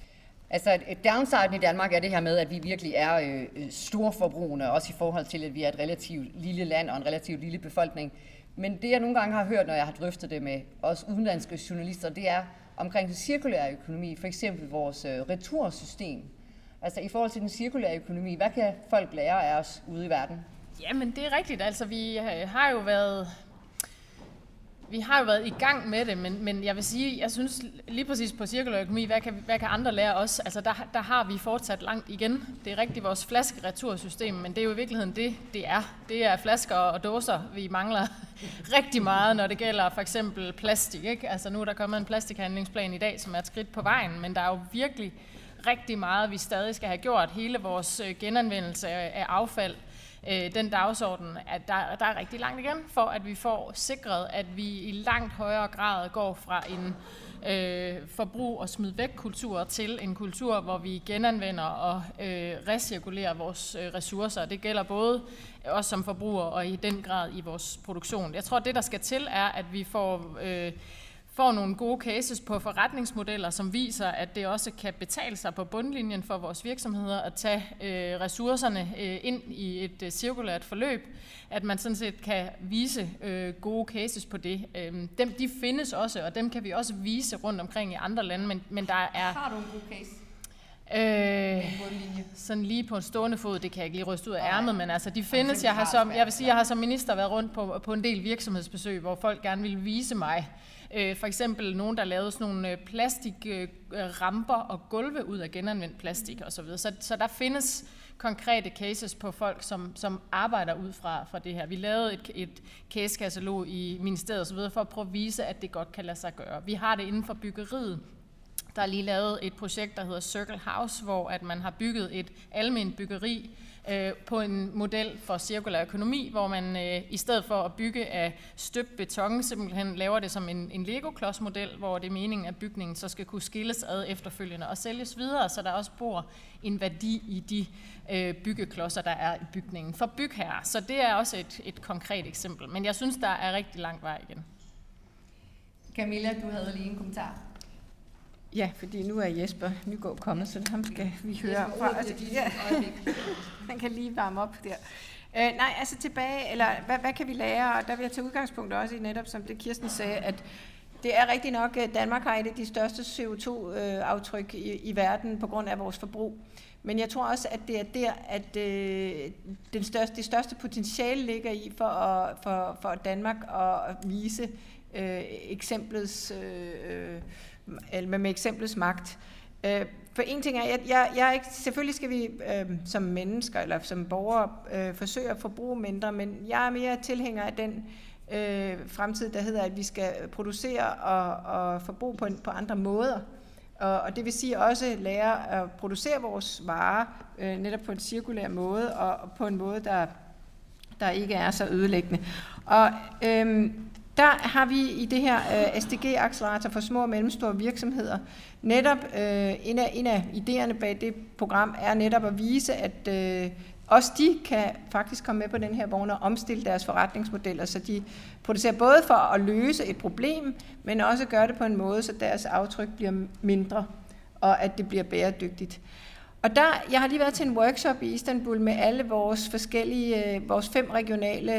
Altså et downside i Danmark er det her med, at vi virkelig er øh, storforbrugende, også i forhold til, at vi er et relativt lille land og en relativt lille befolkning. Men det, jeg nogle gange har hørt, når jeg har drøftet det med os udenlandske journalister, det er omkring den cirkulære økonomi, for eksempel vores øh, retursystem. Altså i forhold til den cirkulære økonomi, hvad kan folk lære af os ude i verden? Jamen det er rigtigt, altså vi har jo været... Vi har jo været i gang med det, men, men jeg vil sige, jeg synes lige præcis på cirkulær økonomi, hvad kan, hvad kan andre lære os? Altså der, der har vi fortsat langt igen. Det er rigtigt vores flaskeretursystem, men det er jo i virkeligheden det, det er. Det er flasker og dåser, vi mangler rigtig meget, når det gælder for eksempel plastik. Ikke? Altså nu er der kommet en plastikhandlingsplan i dag, som er et skridt på vejen, men der er jo virkelig rigtig meget, vi stadig skal have gjort. Hele vores genanvendelse af affald, den dagsorden, at der, der er rigtig langt igen, for at vi får sikret, at vi i langt højere grad går fra en øh, forbrug- og smid væk kultur til en kultur, hvor vi genanvender og øh, recirkulerer vores øh, ressourcer. Det gælder både os som forbrugere og i den grad i vores produktion. Jeg tror, det der skal til er, at vi får... Øh, får nogle gode cases på forretningsmodeller, som viser, at det også kan betale sig på bundlinjen for vores virksomheder at tage øh, ressourcerne øh, ind i et øh, cirkulært forløb, at man sådan set kan vise øh, gode cases på det. Øh, dem, de findes også, og dem kan vi også vise rundt omkring i andre lande, men, men der er... Har du en god case? Øh, sådan lige på en stående fod, det kan jeg ikke lige ryste ud af ærmet, men altså de findes. Jeg har som, jeg vil sige, jeg har som minister været rundt på, på en del virksomhedsbesøg, hvor folk gerne ville vise mig. Øh, for eksempel nogen, der lavede sådan nogle plastikramper og gulve ud af genanvendt plastik osv. Så, så der findes konkrete cases på folk, som, som arbejder ud fra, fra det her. Vi lavede et, et casekatalog i ministeriet osv. for at prøve at vise, at det godt kan lade sig gøre. Vi har det inden for byggeriet. Der er lige lavet et projekt, der hedder Circle House, hvor at man har bygget et alment byggeri øh, på en model for cirkulær økonomi, hvor man øh, i stedet for at bygge af støbt beton, simpelthen laver det som en, en Lego-klodsmodel, hvor det er meningen, at bygningen så skal kunne skilles ad efterfølgende og sælges videre, så der også bor en værdi i de øh, byggeklodser, der er i bygningen for bygherrer. Så det er også et, et konkret eksempel, men jeg synes, der er rigtig lang vej igen. Camilla, du havde lige en kommentar. Ja, fordi nu er Jesper Nygaard kommet, så ham skal vi høre fra. Altså, ja. Han kan lige varme op der. Øh, nej, altså tilbage, eller hvad, hvad kan vi lære? Og der vil jeg tage udgangspunkt også i netop, som det Kirsten sagde, at det er rigtigt nok, at Danmark har et af de største C O to aftryk i, i verden på grund af vores forbrug. Men jeg tror også, at det er der, at øh, den største, det største potentiale ligger i for, at, for, for Danmark at vise øh, eksemplets... Øh, eller med eksemplets magt. For en ting er, jeg, jeg, jeg er ikke, selvfølgelig skal vi øh, som mennesker eller som borgere øh, forsøge at forbruge mindre, men jeg er mere tilhænger af den øh, fremtid, der hedder, at vi skal producere og, og forbruge på, på andre måder. Og, og det vil sige også lære at producere vores varer øh, netop på en cirkulær måde og, og på en måde, der, der ikke er så ødelæggende. Og øh, der har vi i det her øh, S D G-accelerator for små og mellemstore virksomheder, netop øh, en, af, en af idéerne bag det program er netop at vise, at øh, også de kan faktisk komme med på den her vogn og omstille deres forretningsmodeller, så de producerer både for at løse et problem, men også gøre det på en måde, så deres aftryk bliver mindre, og at det bliver bæredygtigt. Og der, jeg har lige været til en workshop i Istanbul med alle vores forskellige, vores fem regionale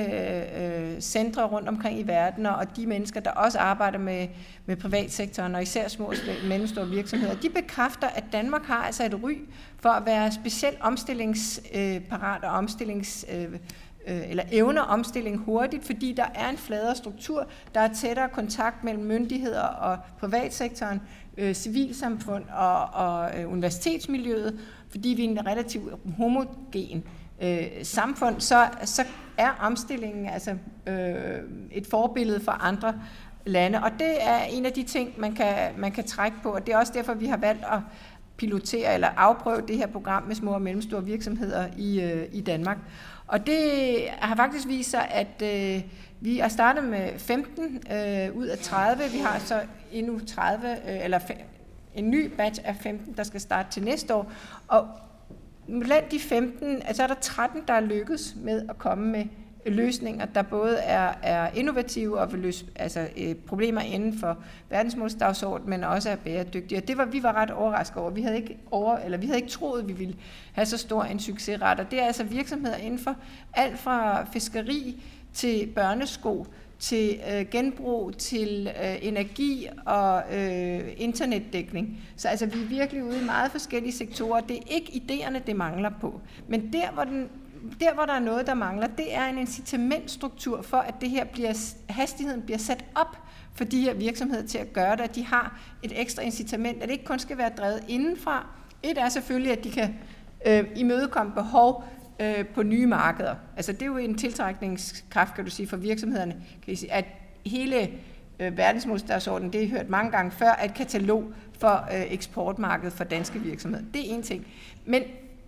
øh, centre rundt omkring i verden, og de mennesker, der også arbejder med, med privatsektoren, og især små og mellemstore virksomheder, de bekræfter, at Danmark har altså et ry for at være specielt omstillingsparat og omstillings... Øh, eller evner omstilling hurtigt, fordi der er en fladere struktur, der er tættere kontakt mellem myndigheder og privatsektoren, øh, civilsamfund og, og øh, universitetsmiljøet, fordi vi er en relativt homogen øh, samfund, så, så er omstillingen altså øh, et forbillede for andre lande, og det er en af de ting, man kan, man kan trække på, og det er også derfor, vi har valgt at pilotere eller afprøve det her program med små og mellemstore virksomheder i, øh, i Danmark. Og det har faktisk vist sig, at øh, vi har startet med femten øh, ud af tredive. Vi har så endnu tredive, øh, eller fe- en ny batch af femten, der skal starte til næste år. Og blandt de femten, altså er der tretten, der er lykkes med at komme med løsninger, der både er, er innovative og vil løse altså, øh, problemer inden for verdensmålsdagsordenen, men også er bæredygtige. Og det var vi var ret overrasket over. Vi havde ikke over, eller vi havde ikke troet, at vi ville have så stor en succesrate. Og det er altså virksomheder inden for alt fra fiskeri til børnesko, til øh, genbrug, til øh, energi og øh, internetdækning. Så altså, vi er virkelig ude i meget forskellige sektorer. Det er ikke idéerne, det mangler på. Men der, hvor, den, der, hvor der er noget, der mangler, det er en incitamentstruktur for, at det her bliver, hastigheden bliver sat op for de her virksomheder til at gøre det, at de har et ekstra incitament, at det ikke kun skal være drevet indenfra. Et er selvfølgelig, at de kan øh, imødekomme behov på nye markeder. Altså det er jo en tiltrækningskraft, kan du sige, for virksomhederne. Kan I sige, at hele øh, verdensmålsdagsordenen, det har I hørt mange gange før, er et katalog for øh, eksportmarkedet for danske virksomheder. Det er en ting. Men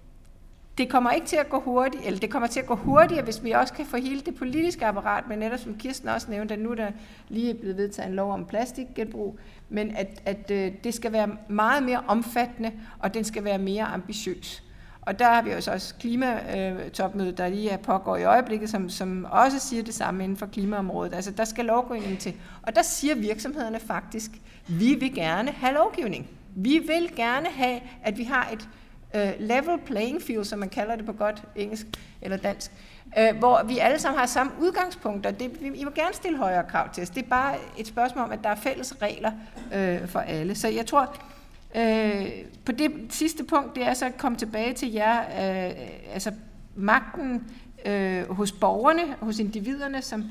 det kommer ikke til at gå hurtigt, eller det kommer til at gå hurtigere, hvis vi også kan få hele det politiske apparat, men netop som Kirsten også nævnte, at nu er der lige blevet vedtaget en lov om plastikgenbrug, men at, at øh, det skal være meget mere omfattende, og den skal være mere ambitiøs. Og der har vi jo så også klimatopmødet, der lige pågår i øjeblikket, som, som også siger det samme inden for klimaområdet. Altså der skal lovgivning til. Og der siger virksomhederne faktisk, vi vil gerne have lovgivning. Vi vil gerne have, at vi har et uh, level playing field, som man kalder det på godt engelsk eller dansk, uh, hvor vi alle sammen har samme udgangspunkter. Det, I må gerne stille højere krav til os. Det er bare et spørgsmål om, at der er fælles regler uh, for alle. Så jeg tror, Øh, på det sidste punkt, det er så at komme tilbage til jer, øh, altså magten øh, hos borgerne, hos individerne, som,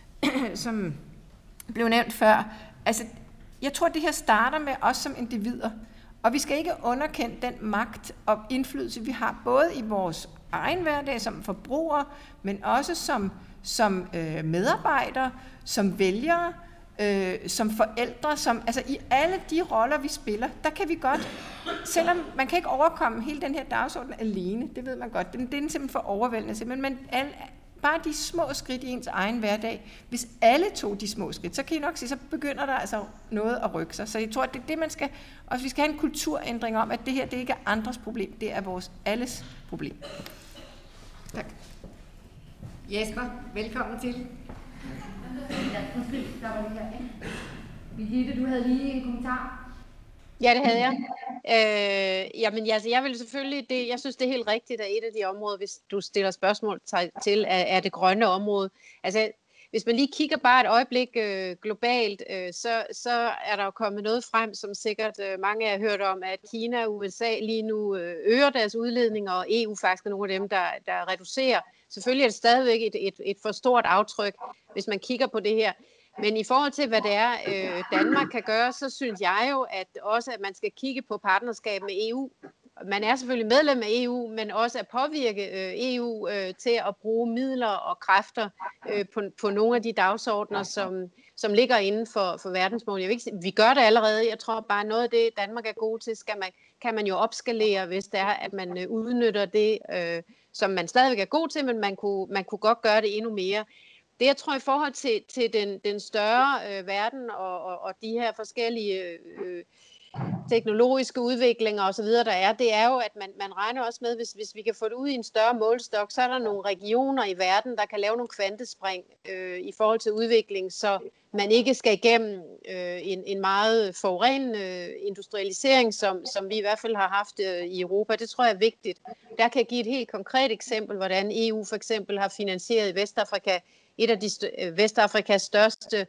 som blev nævnt før. Altså, jeg tror, det her starter med os som individer, og vi skal ikke underkende den magt og indflydelse, vi har, både i vores egen hverdag som forbrugere, men også som, som øh, medarbejdere, som vælgere, Øh, som forældre, som, altså i alle de roller, vi spiller, der kan vi godt, selvom man kan ikke overkomme hele den her dagsorden alene, det ved man godt, det, det er simpelthen for overvældende, simpelthen, men alle, bare de små skridt i ens egen hverdag, hvis alle tog de små skridt, så kan I nok sige, så begynder der altså noget at rykke sig. Så jeg tror, at det er det, man skal, og vi skal have en kulturændring om, at det her, det ikke er andres problem, det er vores alles problem. Tak. Jesper, velkommen til. Der var det her, ikke? Birgitte, du havde lige en kommentar. Ja, det havde jeg. Øh, jamen, altså, jeg vil selvfølgelig, det, jeg synes, det er helt rigtigt, at et af de områder, hvis du stiller spørgsmål til, er, er det grønne område. Altså, hvis man lige kigger bare et øjeblik øh, globalt, øh, så, så er der jo kommet noget frem, som sikkert øh, mange har hørt om, at Kina og U S A lige nu øh, øger deres udledninger, og E U faktisk er nogle af dem, der, der reducerer. Selvfølgelig er det stadigvæk et, et, et for stort aftryk, hvis man kigger på det her. Men i forhold til, hvad det er, øh, Danmark kan gøre, så synes jeg jo, at også at man skal kigge på partnerskab med E U. Man er selvfølgelig medlem af E U, men også at påvirke øh, E U øh, til at bruge midler og kræfter øh, på, på nogle af de dagsordner, som, som ligger inden for, for verdensmål. Jeg vil ikke sige, vi gør det allerede. Jeg tror bare, noget af det, Danmark er god til, skal man, kan man jo opskalere, hvis det er, at man øh, udnytter det, øh, som man stadigvæk er god til, men man kunne, man kunne godt gøre det endnu mere. Det, jeg tror i forhold til, til den, den større øh, verden og, og, og de her forskellige øh, teknologiske udviklinger osv., der er, det er jo, at man, man regner også med, hvis, hvis vi kan få det ud i en større målestok, så er der nogle regioner i verden, der kan lave nogle kvantespring øh, i forhold til udvikling, så man ikke skal igennem øh, en, en meget forurenende industrialisering, som, som vi i hvert fald har haft øh, i Europa. Det tror jeg er vigtigt. Der kan jeg give et helt konkret eksempel, hvordan E U for eksempel har finansieret i Vestafrika et af de st- Vestafrikas største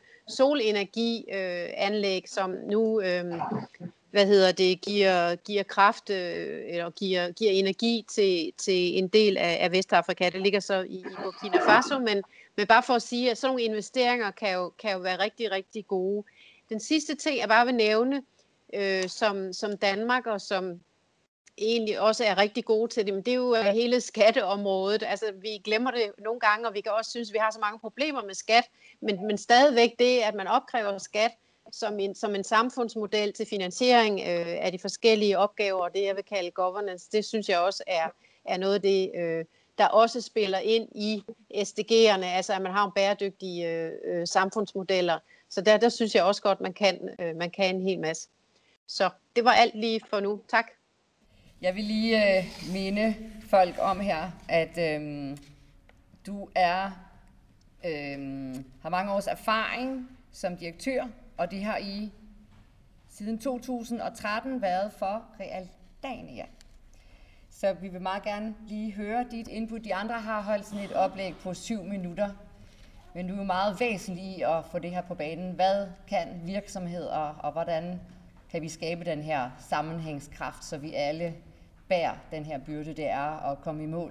solenergianlæg, øh, som nu øh, hvad hedder det, giver, giver kraft øh, eller giver, giver energi til, til en del af, af Vestafrika. Det ligger så i, i Burkina Faso, men, men bare for at sige, at sådan nogle investeringer kan jo, kan jo være rigtig, rigtig gode. Den sidste ting, jeg bare vil nævne, øh, som, som Danmark og som egentlig også er rigtig gode til det, men det er jo hele skatteområdet. Altså, vi glemmer det nogle gange, og vi kan også synes, at vi har så mange problemer med skat, men, men stadigvæk det, at man opkræver skat som en, som en samfundsmodel til finansiering øh, af de forskellige opgaver, og det, jeg vil kalde governance, det synes jeg også er, er noget af det, øh, der også spiller ind i S D G'erne, altså at man har bæredygtige øh, samfundsmodeller. Så der, der synes jeg også godt, man kan, øh, man kan en hel masse. Så det var alt lige for nu. Tak. Jeg vil lige øh, minde folk om her, at øh, du er øh, har mange års erfaring som direktør, og det har I siden to tusind og tretten været for Realdania. Så vi vil meget gerne lige høre dit input. De andre har holdt sådan et oplæg på syv minutter, men du er jo meget væsentlig i at få det her på banen. Hvad kan virksomheder, og hvordan kan vi skabe den her sammenhængskraft, så vi alle bærer den her byrde, det er at komme i mål?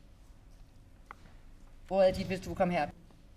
Ordet er dit, hvis du kommer her.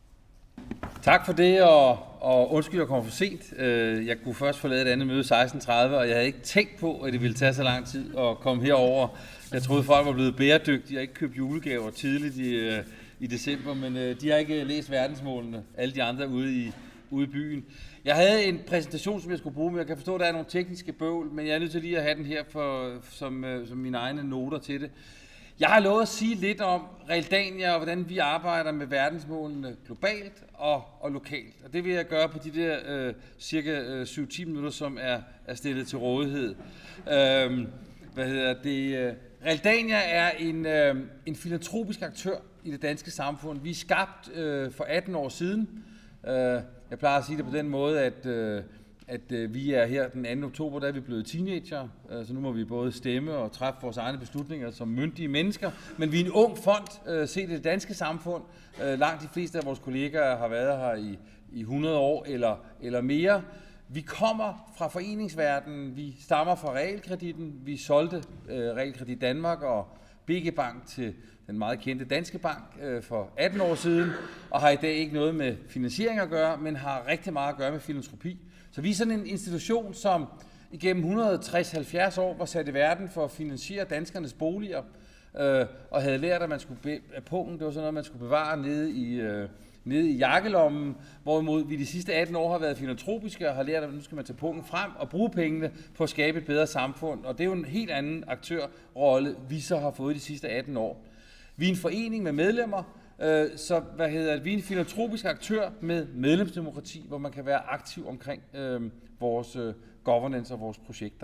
Tak for det, og, og undskyld, jeg kom for sent. Jeg kunne først forlade et andet møde seksten tredive, og jeg havde ikke tænkt på, at det ville tage så lang tid at komme herover. Jeg troede, folk var blevet bæredygtige og ikke købt julegaver tidligt i, i december, men de har ikke læst verdensmålene, alle de andre ude i, ude i byen. Jeg havde en præsentation, som jeg skulle bruge, men jeg kan forstå, at der er nogle tekniske bøvl, men jeg er nødt til lige at have den her for, som, som mine egne noter til det. Jeg har lovet at sige lidt om Realdania og hvordan vi arbejder med verdensmålene globalt og, og lokalt. Og det vil jeg gøre på de der øh, cirka øh, syv til ti minutter, som er, er stillet til rådighed. Øh, hvad hedder det? Øh, Realdania er en, øh, en filantropisk aktør i det danske samfund. Vi er skabt øh, for atten år siden. Øh, jeg plejer at sige det på den måde, at øh, at øh, vi er her den anden oktober, der er vi blevet teenager, øh, så nu må vi både stemme og træffe vores egne beslutninger som myndige mennesker, men vi er en ung fond, øh, set i det danske samfund. Øh, langt de fleste af vores kollegaer har været her i, i hundrede år eller, eller mere. Vi kommer fra foreningsverdenen, vi stammer fra realkreditten, vi solgte øh, Realkredit Danmark og B G Bank til den meget kendte Danske Bank øh, for atten år siden, og har i dag ikke noget med finansiering at gøre, men har rigtig meget at gøre med filantropi. Så vi er sådan en institution, som igennem et hundrede og tres til halvfjerds år var sat i verden for at finansiere danskernes boliger, øh, og havde lært, at man skulle be- at pungen, det var sådan noget, man skulle bevare nede i, øh, nede i jakkelommen, hvorimod vi de sidste atten år har været filantropiske og har lært, at nu skal man tage pungen frem og bruge pengene på at skabe et bedre samfund, og det er jo en helt anden aktørrolle, vi så har fået de sidste atten år. Vi er en forening med medlemmer, så hvad hedder det? Vi er en filantropisk aktør med medlemsdemokrati, hvor man kan være aktiv omkring øh, vores øh, governance og vores projekter.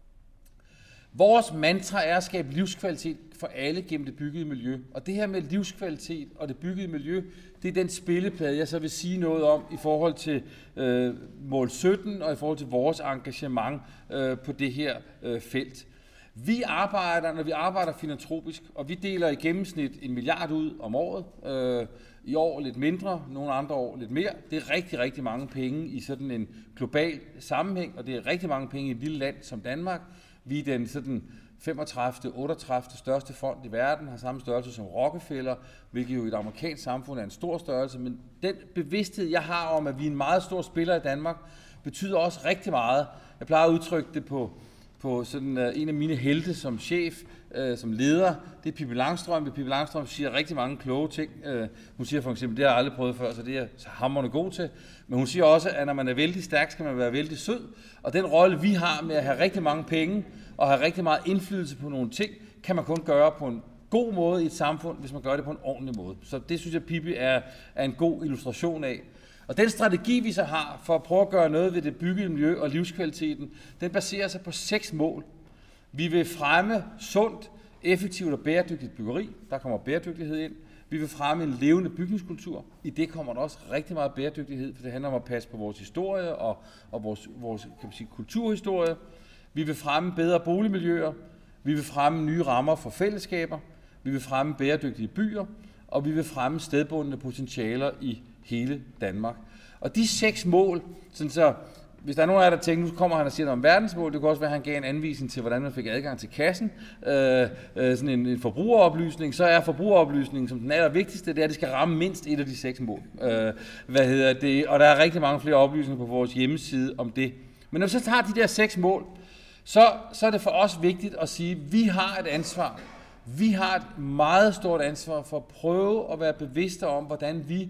Vores mantra er at skabe livskvalitet for alle gennem det byggede miljø. Og det her med livskvalitet og det byggede miljø, det er den spilleplade, jeg så vil sige noget om i forhold til øh, mål sytten og i forhold til vores engagement øh, på det her øh, felt. Vi arbejder, når vi arbejder filantropisk, og vi deler i gennemsnit en milliard ud om året. Øh, I år lidt mindre, nogle andre år lidt mere. Det er rigtig, rigtig mange penge i sådan en global sammenhæng, og det er rigtig mange penge i et lille land som Danmark. Vi er den sådan femogtredivte otteogtredive største fond i verden, har samme størrelse som Rockefeller, hvilket jo i et amerikansk samfund er en stor størrelse. Men den bevidsthed, jeg har om, at vi er en meget stor spiller i Danmark, betyder også rigtig meget. Jeg plejer at udtrykke det på på sådan uh, en af mine helte som chef, uh, som leder, det er Pippi Langstrømpe. Pippi Langstrømpe siger rigtig mange kloge ting. Uh, hun siger for eksempel, det har jeg aldrig prøvet før, så det er jeg så hamrende god til. Men hun siger også, at når man er vældig stærk, skal man være vældig sød. Og den rolle, vi har med at have rigtig mange penge og have rigtig meget indflydelse på nogle ting, kan man kun gøre på en god måde i et samfund, hvis man gør det på en ordentlig måde. Så det synes jeg, Pippi er, er en god illustration af. Og den strategi, vi så har for at prøve at gøre noget ved det byggede miljø og livskvaliteten, den baserer sig på seks mål. Vi vil fremme sundt, effektivt og bæredygtigt byggeri. Der kommer bæredygtighed ind. Vi vil fremme en levende bygningskultur. I det kommer der også rigtig meget bæredygtighed, for det handler om at passe på vores historie og, og vores, vores kan man sige, kulturhistorie. Vi vil fremme bedre boligmiljøer. Vi vil fremme nye rammer for fællesskaber. Vi vil fremme bæredygtige byer. Og vi vil fremme stedbundne potentialer i hele Danmark. Og de seks mål, sådan så, hvis der er nogen af jer, der tænker, nu kommer han og siger noget om verdensmål, det kunne også være, at han gav en anvisning til, hvordan man fik adgang til kassen, øh, øh, sådan en, en forbrugeroplysning, så er forbrugeroplysningen som den allervigtigste, det er, at det skal ramme mindst et af de seks mål. Øh, hvad hedder det? Og der er rigtig mange flere oplysninger på vores hjemmeside om det. Men når vi så tager de der seks mål, så, så er det for os vigtigt at sige, at vi har et ansvar. Vi har et meget stort ansvar for at prøve at være bevidste om, hvordan vi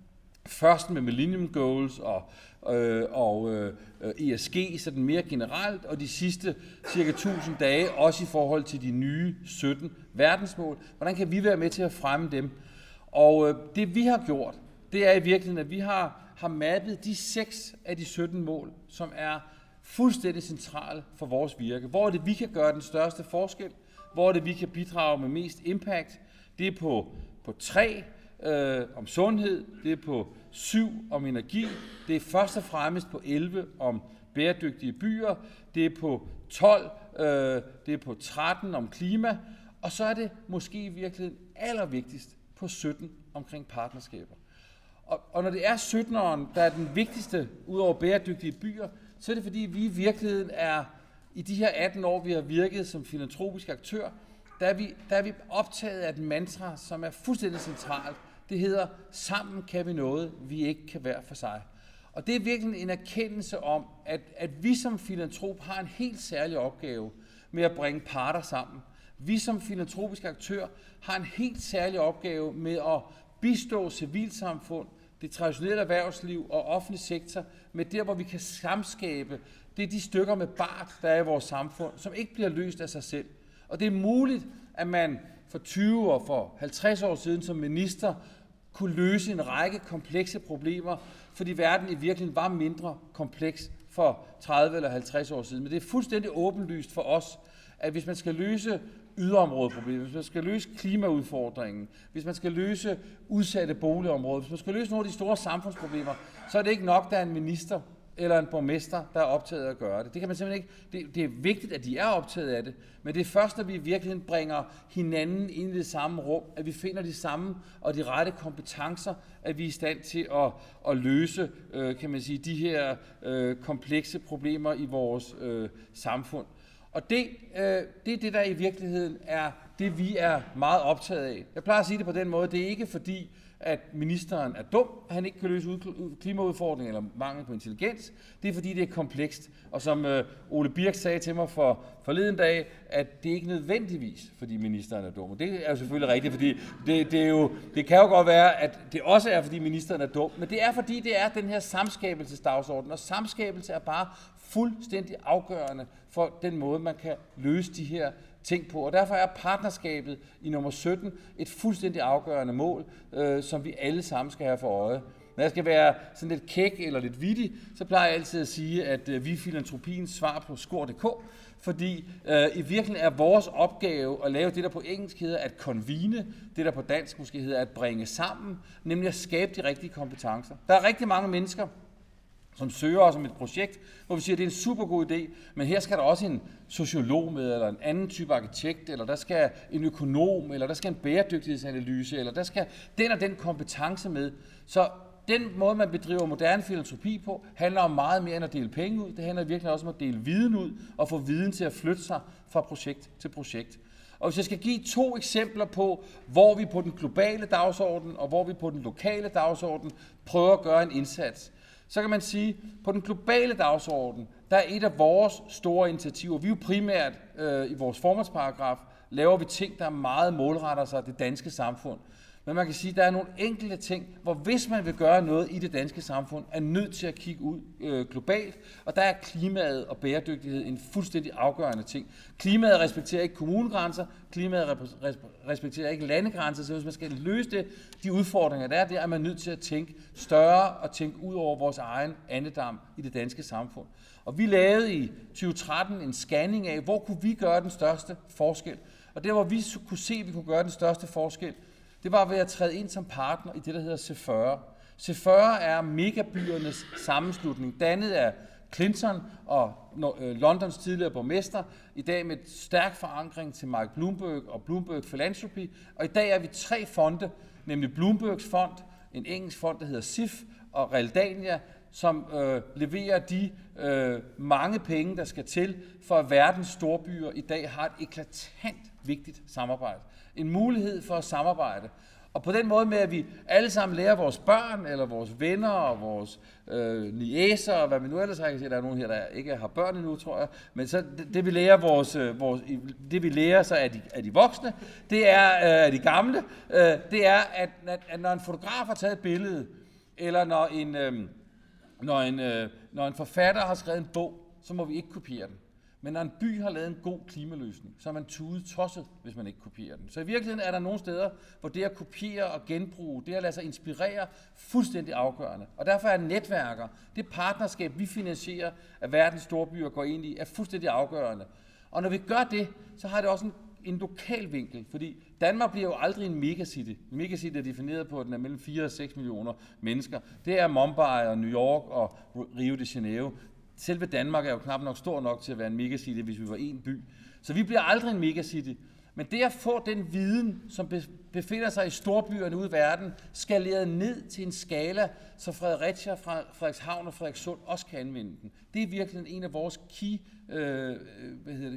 først med Millennium Goals og, øh, og øh, E S G sådan mere generelt, og de sidste cirka tusind dage også i forhold til de nye sytten verdensmål. Hvordan kan vi være med til at fremme dem? Og øh, det vi har gjort, det er i virkeligheden, at vi har, har mappet de seks af de sytten mål, som er fuldstændig centrale for vores virke. Hvor er det, vi kan gøre den største forskel? Hvor er det, vi kan bidrage med mest impact? Det er på, på tre øh, om sundhed, det er på syv om energi, det er først og fremmest på elleve om bæredygtige byer, det er på tolv, øh, det er på tretten om klima, og så er det måske i virkeligheden allervigtigst på sytten omkring partnerskaber. Og, og når det er sytteneren, der er den vigtigste ud over bæredygtige byer, så er det fordi, vi i virkeligheden er, i de her atten år, vi har virket som filantropisk aktør, der er, vi, der er vi optaget af et mantra, som er fuldstændig centralt. Det hedder, sammen kan vi noget, vi ikke kan være for sig. Og det er virkelig en erkendelse om, at, at vi som filantrop har en helt særlig opgave med at bringe parter sammen. Vi som filantropisk aktør har en helt særlig opgave med at bistå civilsamfund, det traditionelle erhvervsliv og offentlig sektor med der, hvor vi kan samskabe. Det er de stykker med bart, der er i vores samfund, som ikke bliver løst af sig selv. Og det er muligt, at man for tyve og for halvtreds år siden som minister kunne løse en række komplekse problemer, fordi verden i virkeligheden var mindre kompleks for tredive eller halvtreds år siden. Men det er fuldstændig åbenlyst for os, at hvis man skal løse yderområdeproblemer, hvis man skal løse klimaudfordringen, hvis man skal løse udsatte boligområder, hvis man skal løse nogle af de store samfundsproblemer, så er det ikke nok, der er en minister eller en borgmester, der er optaget af at gøre det. Det kan man simpelthen ikke. Det, det er vigtigt, at de er optaget af det, men det er først, når vi i virkeligheden bringer hinanden ind i det samme rum, at vi finder de samme og de rette kompetencer, at vi er i stand til at, at løse, øh, kan man sige, de her øh, komplekse problemer i vores øh, samfund. Og det, øh, det er det, der i virkeligheden er det, vi er meget optaget af. Jeg plejer at sige det på den måde, det er ikke fordi, at ministeren er dum, at han ikke kan løse klimaudfordringen eller mangel på intelligens. Det er fordi, det er komplekst. Og som øh, Ole Birk sagde til mig for forleden dag, at det ikke nødvendigvis, fordi ministeren er dum. Og det er jo selvfølgelig rigtigt, fordi det, det, er jo, det kan jo godt være, at det også er, fordi ministeren er dum. Men det er, fordi det er den her samskabelsesdagsorden. Og samskabelse er bare fuldstændig afgørende for den måde, man kan løse de her ting på. Og derfor er partnerskabet i nummer sytten et fuldstændig afgørende mål, øh, som vi alle sammen skal have for øje. Når jeg skal være sådan lidt kæk eller lidt vittig, så plejer jeg altid at sige, at øh, vi er filantropiens svar på skor punktum d k, fordi øh, i virkeligheden er vores opgave at lave det, der på engelsk hedder at convene, det der på dansk måske hedder at bringe sammen, nemlig at skabe de rigtige kompetencer. Der er rigtig mange mennesker, som søger os om et projekt, hvor vi siger, at det er en super god idé, men her skal der også en sociolog med, eller en anden type arkitekt, eller der skal en økonom, eller der skal en bæredygtighedsanalyse, eller der skal den og den kompetence med. Så den måde, man bedriver moderne filantropi på, handler om meget mere end at dele penge ud. Det handler virkelig også om at dele viden ud, og få viden til at flytte sig fra projekt til projekt. Og hvis jeg skal give to eksempler på, hvor vi på den globale dagsorden, og hvor vi på den lokale dagsorden prøver at gøre en indsats, så kan man sige, at på den globale dagsorden, der er et af vores store initiativer. Vi er jo primært øh, i vores formandsparagraf, laver vi ting, der meget målretter sig det danske samfund. Men man kan sige, at der er nogle enkelte ting, hvor hvis man vil gøre noget i det danske samfund, er nødt til at kigge ud øh, globalt. Og der er klimaet og bæredygtighed en fuldstændig afgørende ting. Klimaet respekterer ikke kommunegrænser, klimaet respekterer ikke landegrænser, så hvis man skal løse det, de udfordringer, der er, der er man nødt til at tænke større og tænke ud over vores egen andedam i det danske samfund. Og vi lavede i tyve tretten en scanning af, hvor kunne vi gøre den største forskel. Og der, hvor vi kunne se, at vi kunne gøre den største forskel, det var ved at træde ind som partner i det, der hedder C fyrre. C fyrre er megabyernes sammenslutning, dannet af Clinton og Londons tidligere borgmester, i dag med stærk forankring til Mike Bloomberg og Bloomberg Philanthropy. Og i dag er vi tre fonde, nemlig Bloombergs fond, en engelsk fond, der hedder S I F, og Realdania, som øh, leverer de øh, mange penge, der skal til, for at verdens storbyer i dag har et eklatant vigtigt samarbejde. En mulighed for at samarbejde. Og på den måde med, at vi alle sammen lærer vores børn, eller vores venner, og vores øh, niæser, og hvad vi nu ellers har. Jeg kan se, der er nogen her, der ikke har børn endnu, tror jeg. Men så det, det vi lærer vores, vores, det vi lærer så af de, af de voksne, det er af øh, de gamle, øh, det er, at, at, at når en fotograf har taget et billede, eller når en, øh, når, en, øh, når en forfatter har skrevet en bog, så må vi ikke kopiere den. Men når en by har lavet en god klimaløsning, så er man tudet tosset, hvis man ikke kopierer den. Så i virkeligheden er der nogle steder, hvor det at kopiere og genbruge, det at lade sig inspirere, fuldstændig afgørende. Og derfor er netværker, det partnerskab, vi finansierer, at verdens storbyer går ind i, er fuldstændig afgørende. Og når vi gør det, så har det også en, en lokal vinkel, fordi Danmark bliver jo aldrig en megacity. En megacity er defineret på, at den er mellem fire og seks millioner mennesker. Det er Mumbai og New York og Rio de Janeiro. Selve Danmark er jo knap nok stor nok til at være en megacity, hvis vi var en by. Så vi bliver aldrig en megacity. Men det at få den viden, som befinder sig i storbyerne ude i verden, skaleret ned til en skala, så Fredericia, Frederikshavn og Frederikssund også kan anvende den. Det er virkelig en af vores key, øh, hvad hedder det,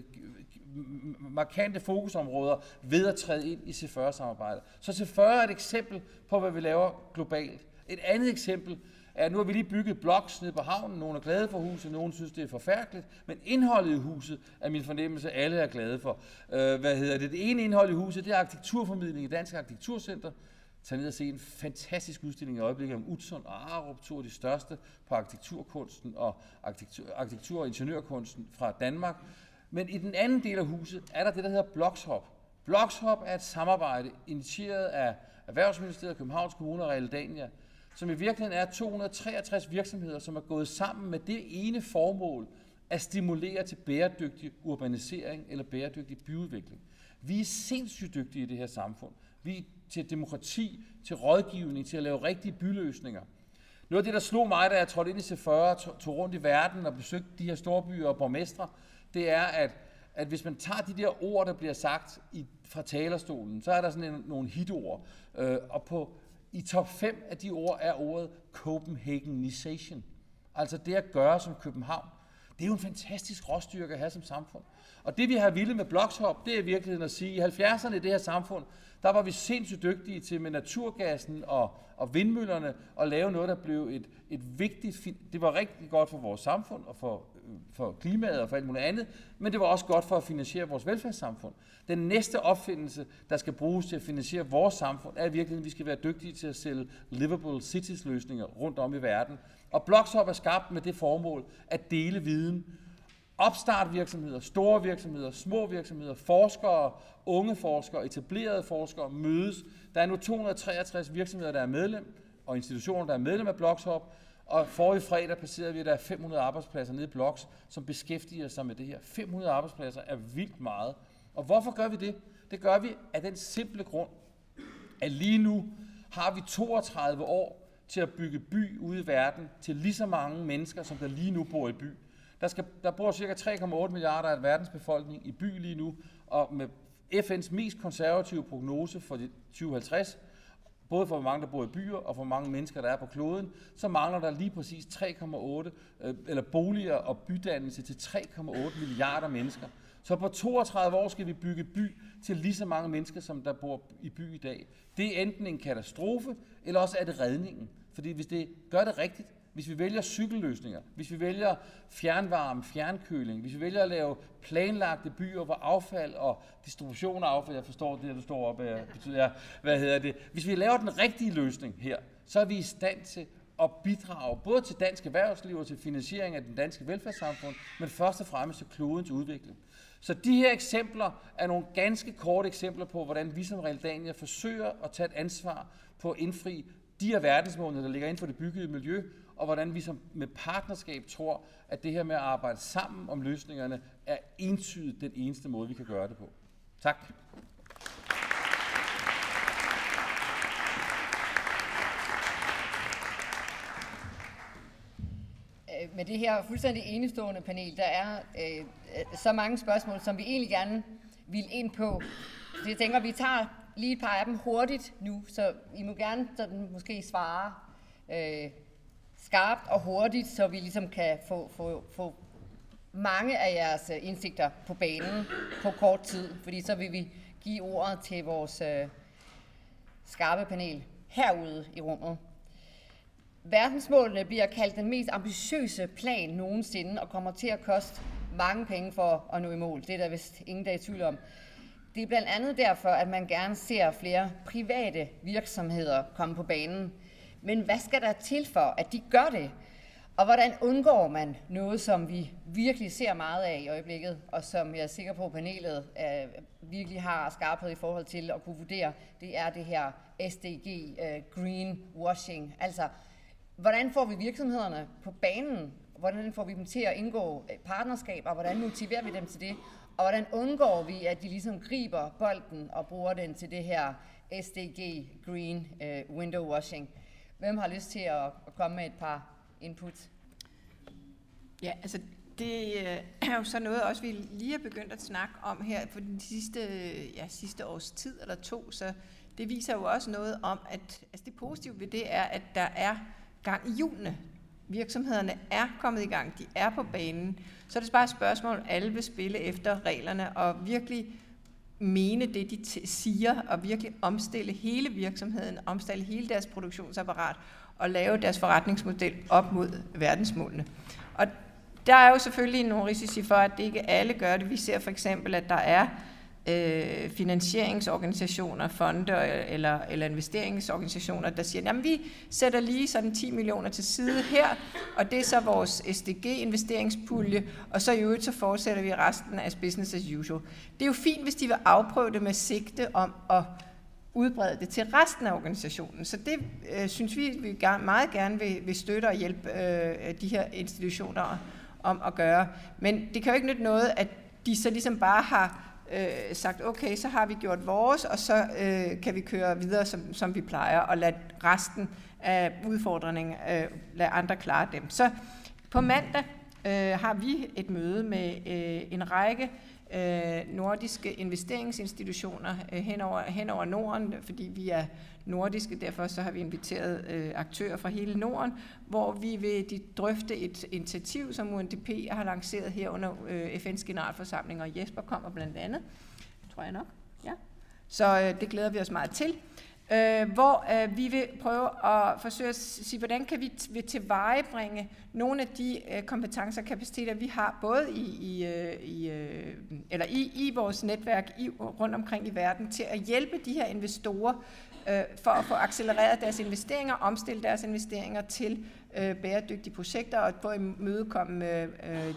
markante fokusområder ved at træde ind i C fyrre-samarbejdet. Så C fyrre er et eksempel på, hvad vi laver globalt. Et andet eksempel er, nu har vi lige bygget bloks nede på havnen. Nogle er glade for huset, nogle synes, det er forfærdeligt. Men indholdet i huset er min fornemmelse, alle er glade for. Øh, hvad hedder det? Det ene indhold i huset, det er arkitekturformidling i Dansk Arkitekturcenter. Tag ned og se en fantastisk udstilling i øjeblikket om Utzon og Arup, to af de største på arkitekturkunsten og arkitektur, arkitektur- og ingeniørkunsten fra Danmark. Men i den anden del af huset er der det, der hedder Blokshop. Blokshop er et samarbejde initieret af Erhvervsministeriet, Københavns Kommune og Realdania, som i virkeligheden er to hundrede og treogtres virksomheder, som er gået sammen med det ene formål at stimulere til bæredygtig urbanisering eller bæredygtig byudvikling. Vi er sindssygt dygtige i det her samfund. Vi er til demokrati, til rådgivning, til at lave rigtige byløsninger. Noget af det, der slog mig, da jeg trådte ind i C fyrre, tog rundt i verden og besøgte de her storbyer og borgmestre, det er, at, at hvis man tager de der ord, der bliver sagt i, fra talerstolen, så er der sådan en, nogle hitord. Øh, og på, i top fem af de ord er ordet Copenhagenization. Altså det at gøre som København. Det er jo en fantastisk råstyrke at have som samfund. Og det vi har ville med Blokshop, det er i virkeligheden at sige, at i halvfjerdserne i det her samfund, der var vi sindssygt dygtige til med naturgassen og, og vindmøllerne at lave noget, der blev et, et vigtigt, det var rigtig godt for vores samfund og for, for klimaet og for alt muligt andet, men det var også godt for at finansiere vores velfærdssamfund. Den næste opfindelse, der skal bruges til at finansiere vores samfund, er i virkeligheden, at vi skal være dygtige til at sælge livable cities løsninger rundt om i verden. Og Blokshop er skabt med det formål at dele viden. Opstartvirksomheder, store virksomheder, små virksomheder, forskere, unge forskere, etablerede forskere mødes. Der er nu to hundrede og treogtres virksomheder, der er medlem, og institutioner, der er medlem af Blokshop. Og forrige fredag passerede vi, at der er fem hundrede arbejdspladser nede i Bloks, som beskæftiger sig med det her. fem hundrede arbejdspladser er vildt meget. Og hvorfor gør vi det? Det gør vi af den simple grund, at lige nu har vi toogtredive år til at bygge by ude i verden til lige så mange mennesker, som der lige nu bor i by. Der, skal, der bor cirka tre komma otte milliarder af verdens befolkning i by lige nu, og med F N's mest konservative prognose for tyve halvtreds, både for hvor mange der bor i byer og for hvor mange mennesker der er på kloden, så mangler der lige præcis tre komma otte øh, eller boliger og bydannelse til tre komma otte milliarder mennesker. Så på toogtredive år skal vi bygge by til lige så mange mennesker, som der bor i by i dag. Det er enten en katastrofe, eller også er det redningen. Fordi hvis det gør det rigtigt, hvis vi vælger cykelløsninger, hvis vi vælger fjernvarme, fjernkøling, hvis vi vælger at lave planlagte byer, hvor affald og distribution af affald, jeg forstår det, du står op af, betyder, hvad hedder det, hvis vi laver den rigtige løsning her, så er vi i stand til at bidrage både til dansk erhvervsliv og til finansiering af den danske velfærdssamfund, men først og fremmest til klodens udvikling. Så de her eksempler er nogle ganske korte eksempler på, hvordan vi som Realdania forsøger at tage et ansvar på at indfri de her verdensmålene, der ligger inden for det byggede miljø, og hvordan vi som med partnerskab tror, at det her med at arbejde sammen om løsningerne er entydigt den eneste måde, vi kan gøre det på. Tak. Med det her fuldstændig enestående panel, der er øh, så mange spørgsmål, som vi egentlig gerne vil ind på. Så jeg tænker, vi tager lige et par af dem hurtigt nu, så I må gerne sådan, måske svare øh, skarpt og hurtigt, så vi ligesom kan få, få, få mange af jeres indsigter på banen på kort tid, fordi så vil vi give ordet til vores øh, skarpe panel herude i rummet. Verdensmålene bliver kaldt den mest ambitiøse plan nogensinde og kommer til at koste mange penge for at nå i mål. Det er der vist ingen, der er i tvivl om. Det er blandt andet derfor, at man gerne ser flere private virksomheder komme på banen. Men hvad skal der til for, at de gør det? Og hvordan undgår man noget, som vi virkelig ser meget af i øjeblikket, og som jeg er sikker på, at panelet øh, virkelig har skarphed i forhold til at kunne vurdere, det er det her S D G, øh, greenwashing. Altså, hvordan får vi virksomhederne på banen? Hvordan får vi dem til at indgå partnerskaber? Hvordan motiverer vi dem til det? Og hvordan undgår vi, at de ligesom griber bolden og bruger den til det her S D G, green uh, window washing? Hvem har lyst til at, at komme med et par inputs? Ja, altså det er jo så noget også, vi lige har begyndt at snakke om her for de sidste, ja, sidste års tid eller to, så det viser jo også noget om, at altså det positive ved det er, at der er gang i hjulene. Virksomhederne er kommet i gang, de er på banen, så er det bare et spørgsmål, alle vil spille efter reglerne og virkelig mene det, de t- siger, og virkelig omstille hele virksomheden, omstille hele deres produktionsapparat og lave deres forretningsmodel op mod verdensmålene. Og der er jo selvfølgelig nogle risici for, at det ikke alle gør det. Vi ser for eksempel, at der er øh, finansieringsorganisationer, fonde eller, eller investeringsorganisationer, der siger, jamen vi sætter lige sådan ti millioner til side her, og det er så vores S D G-investeringspulje, og så i øvrigt så fortsætter vi resten af business as usual. Det er jo fint, hvis de vil afprøve det med sigte om at udbrede det til resten af organisationen. Så det øh, synes vi, vi meget gerne vil, vil støtte og hjælpe øh, de her institutioner om at gøre. Men det kan jo ikke nytte noget, at de så ligesom bare har øh, sagt, okay, så har vi gjort vores, og så øh, kan vi køre videre, som, som vi plejer, og lade resten af udfordringen, øh, lade andre klare dem. Så på mandag øh, har vi et møde med øh, en række øh, nordiske investeringsinstitutioner øh, hen, over, hen over Norden, fordi vi er nordiske, derfor så har vi inviteret øh, aktører fra hele Norden, hvor vi vil de drøfte et initiativ, som U N D P har lanceret her under øh, F N's generalforsamling, og Jesper kommer blandt andet, tror jeg nok. Ja. Så øh, det glæder vi os meget til. Øh, hvor øh, vi vil prøve at forsøge at sige, hvordan kan vi, t- vi tilvejebringe nogle af de øh, kompetencer og kapaciteter, vi har, både i, i, øh, i, øh, eller i, i vores netværk i, rundt omkring i verden, til at hjælpe de her investorer øh, for at få accelereret deres investeringer, omstille deres investeringer til øh, bæredygtige projekter, og på at imødekomme øh,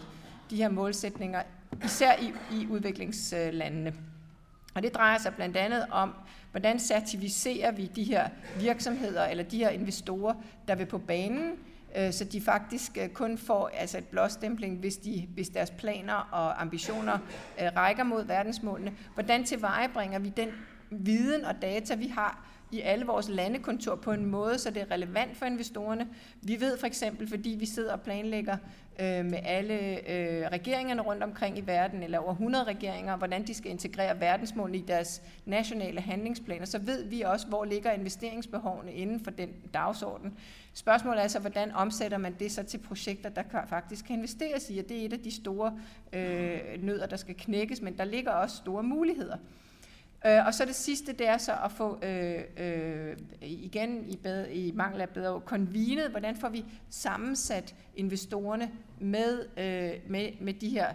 de her målsætninger, især i, i udviklingslandene. Og det drejer sig blandt andet om, hvordan certificerer vi de her virksomheder eller de her investorer, der vil på banen, øh, så de faktisk øh, kun får altså et blåstempling, hvis, de, hvis deres planer og ambitioner øh, rækker mod verdensmålene. Hvordan tilvejebringer vi den viden og data, vi har i alle vores landekontor på en måde, så det er relevant for investorerne. Vi ved for eksempel, fordi vi sidder og planlægger øh, med alle øh, regeringerne rundt omkring i verden, eller over hundrede regeringer, hvordan de skal integrere verdensmålene i deres nationale handlingsplaner, så ved vi også, hvor ligger investeringsbehovene inden for den dagsorden. Spørgsmålet er altså, hvordan omsætter man det så til projekter, der faktisk kan investeres i, og det er et af de store øh, nødder, der skal knækkes, men der ligger også store muligheder. Uh, og så det sidste, det er så at få øh, øh, igen i, bedre, i mangel af bedre konvenet, hvordan får vi sammensat investorerne med, øh, med, med de her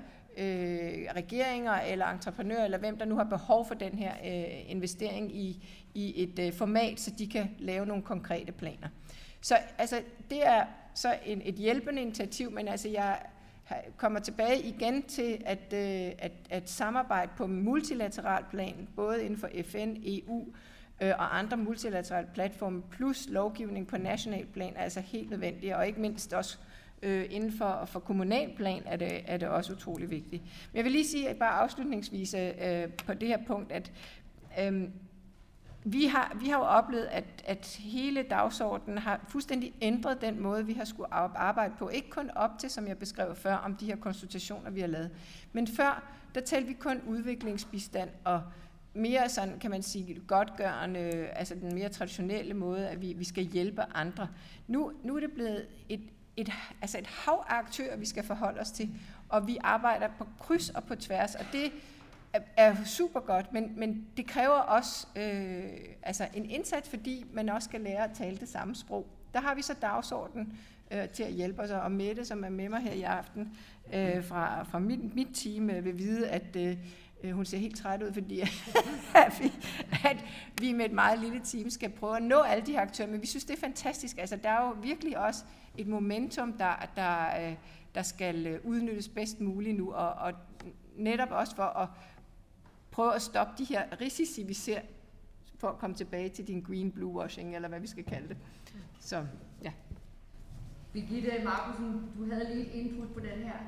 øh, regeringer eller entreprenører, eller hvem der nu har behov for den her øh, investering i, i et øh, format, så de kan lave nogle konkrete planer. Så altså, det er så en, et hjælpende initiativ, men altså jeg kommer tilbage igen til at, at, at samarbejde på multilateral plan, både inden for F N, E U øh, og andre multilaterale platforme, plus lovgivning på national plan, er altså helt nødvendigt, og ikke mindst også øh, inden for, for kommunal plan er det, er det også utrolig vigtigt. Men jeg vil lige sige bare afslutningsvis øh, på det her punkt, at øh, Vi har, vi har jo oplevet, at, at hele dagsordenen har fuldstændig ændret den måde, vi har skulle arbejde på. Ikke kun op til, som jeg beskrev før, om de her konsultationer, vi har lavet. Men før, der talte vi kun udviklingsbistand og mere sådan, kan man sige, godtgørende, altså den mere traditionelle måde, at vi, vi skal hjælpe andre. Nu, nu er det blevet et, et, altså et hav af aktører, vi skal forholde os til, og vi arbejder på kryds og på tværs, og det er super godt, men, men det kræver også øh, altså en indsats, fordi man også skal lære at tale det samme sprog. Der har vi så dagsordenen øh, til at hjælpe os, og Mette, som er med mig her i aften øh, fra, fra mit, mit team, øh, vil vide, at øh, hun ser helt træt ud, fordi at vi, at vi med et meget lille team skal prøve at nå alle de her aktører, men vi synes, det er fantastisk. Altså, der er jo virkelig også et momentum, der, der, der skal udnyttes bedst muligt nu, og, og netop også for at prøve at stoppe de her risici, vi ser, for at komme tilbage til din green blue washing, eller hvad vi skal kalde det. Så, ja. Birgitte Markusen, du havde lige et input på den her.